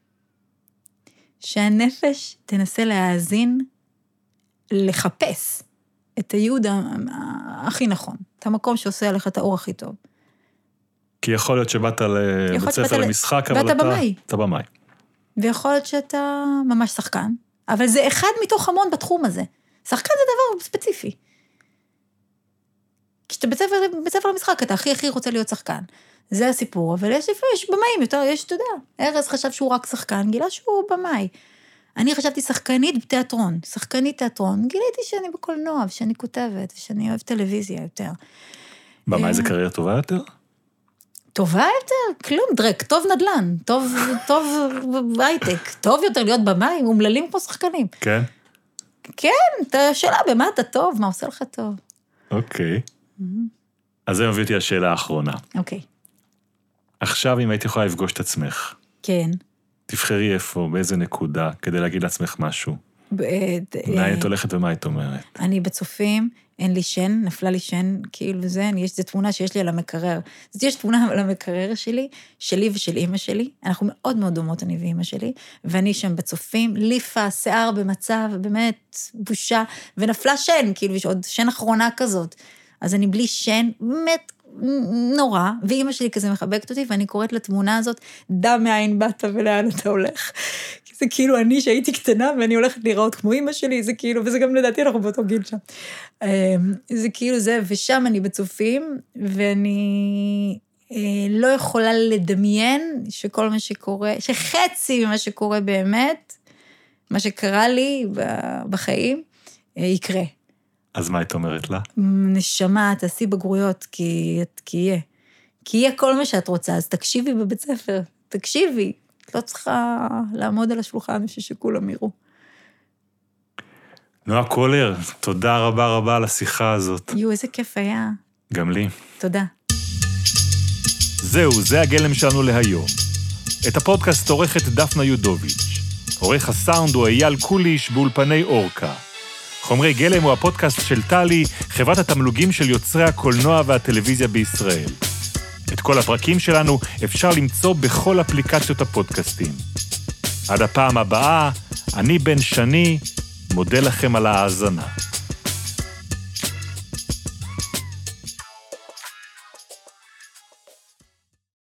שהנפש תנסה להאזין, לחפש את הייעוד הכי נכון, את המקום שעושה עליך את האור הכי טוב. כי יכול להיות שבאת לבית ספר למשחק, אבל אתה במאי. ויכול להיות שאתה ממש שחקן, אבל זה אחד מתוך המון בתחום הזה. שחקן זה דבר ספציפי. כשאתה בית ספר למשחק, אתה הכי רוצה להיות שחקן. זה הסיפור, אבל יש במאים יותר, יש, אתה יודע, ארז חשב שהוא רק שחקן, גילה שהוא במאי. אני חשבתי שחקנית בתיאטרון, שחקנית תיאטרון, גיליתי שאני בקולנוע, ושאני כותבת, ושאני אוהב טלוויזיה יותר. במאי זה קריירה טובה יותר? טובה יותר? כלום, דרק, טוב נדל"ן, טוב הייטק, טוב יותר להיות במאי, מומללים כמו שחקנים. כן? כן, אתה שאלה, במה אתה טוב, מה עושה לך טוב? אוקיי. אז זה מביא אותי השאלה האחרונה. אוקיי. עכשיו, אם היית יכולה לפגוש את עצמך. כן. תבחרי איפה, באיזה נקודה, כדי להגיד לעצמך משהו. מה היית הולכת ומה היית אומרת? אני בצופים, אין לי שן, נפלה לי שן, כאילו זה, זו תמונה שיש לי על המקרר. יש תמונה על המקרר שלי ושל אמא שלי, אנחנו מאוד מאוד דומות, אני ואמא שלי, ואני שם בצופים, ליפה, שיער במצב, באמת בושה, ונפלה שן, כאילו יש עוד שן אחרונה כזאת. אז אני בלי שן, באמת נורא, ואמא שלי כזה מחבקת אותי, ואני קוראת לתמונה הזאת, דם מאין באת ולאן אתה הולך. זה כאילו אני שהייתי קטנה, ואני הולכת לראות כמו אמא שלי, זה כאילו, וזה גם לדעתי אנחנו באותו גיל שם. זה כאילו זה, ושם אני בצופים, ואני לא יכולה לדמיין שכל מה שקורה, שחצי ממה שקורה באמת, מה שקרה לי בחיים, יקרה. אז מה היית אומרת לה? נשמה, תעשי בגרויות, כי יהיה כל מה שאת רוצה, אז תקשיבי בבית ספר, תקשיבי. לא צריכה לעמוד על השולחן שכולם יראו. נועה קולר, תודה רבה על השיחה הזאת. איזה כיף היה. גם לי. תודה. זהו, זה הגלם שלנו להיום. את הפודקאסט עורכת דפנה יודוביץ'. עורך הסאונד הוא אייל קוליש באולפני אורקה. חומרי גלם הוא הפודקאסט של טלי, חברת התמלוגים של יוצרי הקולנוע והטלוויזיה בישראל. את כל הפרקים שלנו אפשר למצוא בכל אפליקציות הפודקאסטים. עד הפעם הבאה, אני בן שני, מודה לכם על ההאזנה.